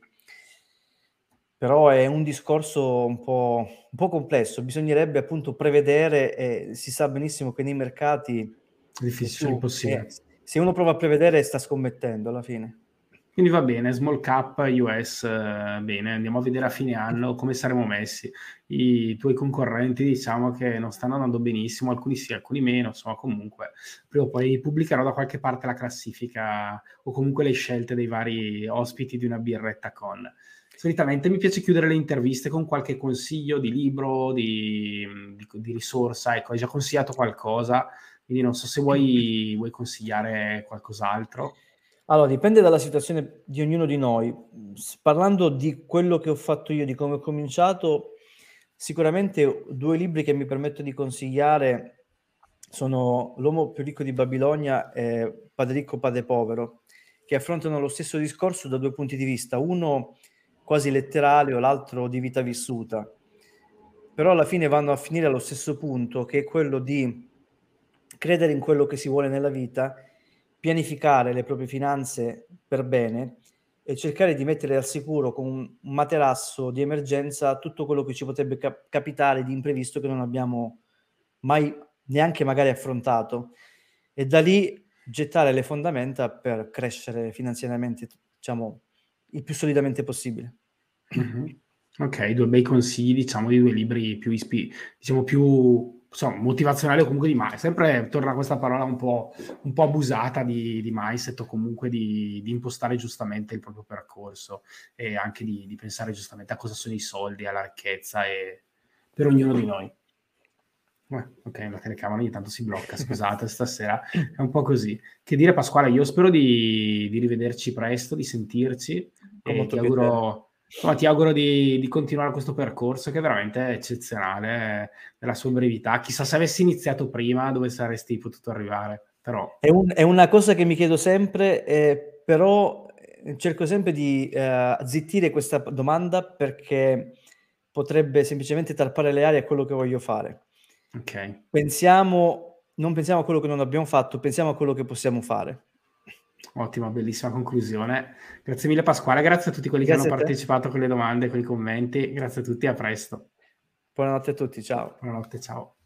Però è un discorso un po', un po' complesso, bisognerebbe appunto prevedere, e si sa benissimo che nei mercati, È se, difficile, cioè tu, eh, impossibile. se uno prova a prevedere sta scommettendo alla fine. Quindi va bene, small cap U S, eh, bene, andiamo a vedere a fine anno come saremo messi. I tuoi concorrenti diciamo che non stanno andando benissimo, alcuni sì, alcuni meno, insomma comunque prima o poi pubblicherò da qualche parte la classifica o comunque le scelte dei vari ospiti di una birretta con. Solitamente mi piace chiudere le interviste con qualche consiglio di libro, di, di, di risorsa, ecco, hai già consigliato qualcosa, quindi non so se vuoi, vuoi consigliare qualcos'altro. Allora, dipende dalla situazione di ognuno di noi. S- Parlando di quello che ho fatto io, di come ho cominciato, sicuramente due libri che mi permetto di consigliare sono L'uomo più ricco di Babilonia e Padre ricco, padre povero, che affrontano lo stesso discorso da due punti di vista, uno quasi letterale o l'altro di vita vissuta. Però alla fine vanno a finire allo stesso punto, che è quello di credere in quello che si vuole nella vita, pianificare le proprie finanze per bene e cercare di mettere al sicuro con un materasso di emergenza tutto quello che ci potrebbe cap- capitare di imprevisto che non abbiamo mai neanche magari affrontato, e da lì gettare le fondamenta per crescere finanziariamente, diciamo, il più solidamente possibile. Mhm. Ok, due bei consigli, diciamo, di due libri più, ispi- diciamo, più insomma, motivazionali o comunque di mindset. Sempre torna questa parola un po', un po' abusata di, di mindset o comunque di, di impostare giustamente il proprio percorso e anche di, di pensare giustamente a cosa sono i soldi, alla ricchezza e per ognuno di noi. Eh, ok, la telecamera ogni tanto si blocca, scusate, stasera è un po' così. Che dire, Pasquale, io spero di, di rivederci presto, di sentirci Con e ti molto piacere. auguro, insomma, ti auguro di, di continuare questo percorso che è veramente eccezionale, eh, nella sua brevità. Chissà se avessi iniziato prima dove saresti potuto arrivare, però È, un- è una cosa che mi chiedo sempre, eh, però eh, cerco sempre di eh, zittire questa p- domanda perché potrebbe semplicemente tarpare le ali a quello che voglio fare. ok. Pensiamo, non pensiamo a quello che non abbiamo fatto, pensiamo a quello che possiamo fare. Ottima, bellissima conclusione. Grazie mille Pasquale, grazie a tutti quelli che hanno Grazie a te, partecipato con le domande, con i commenti. Grazie a tutti, a presto. buonanotte a tutti, ciao. Buonanotte, ciao.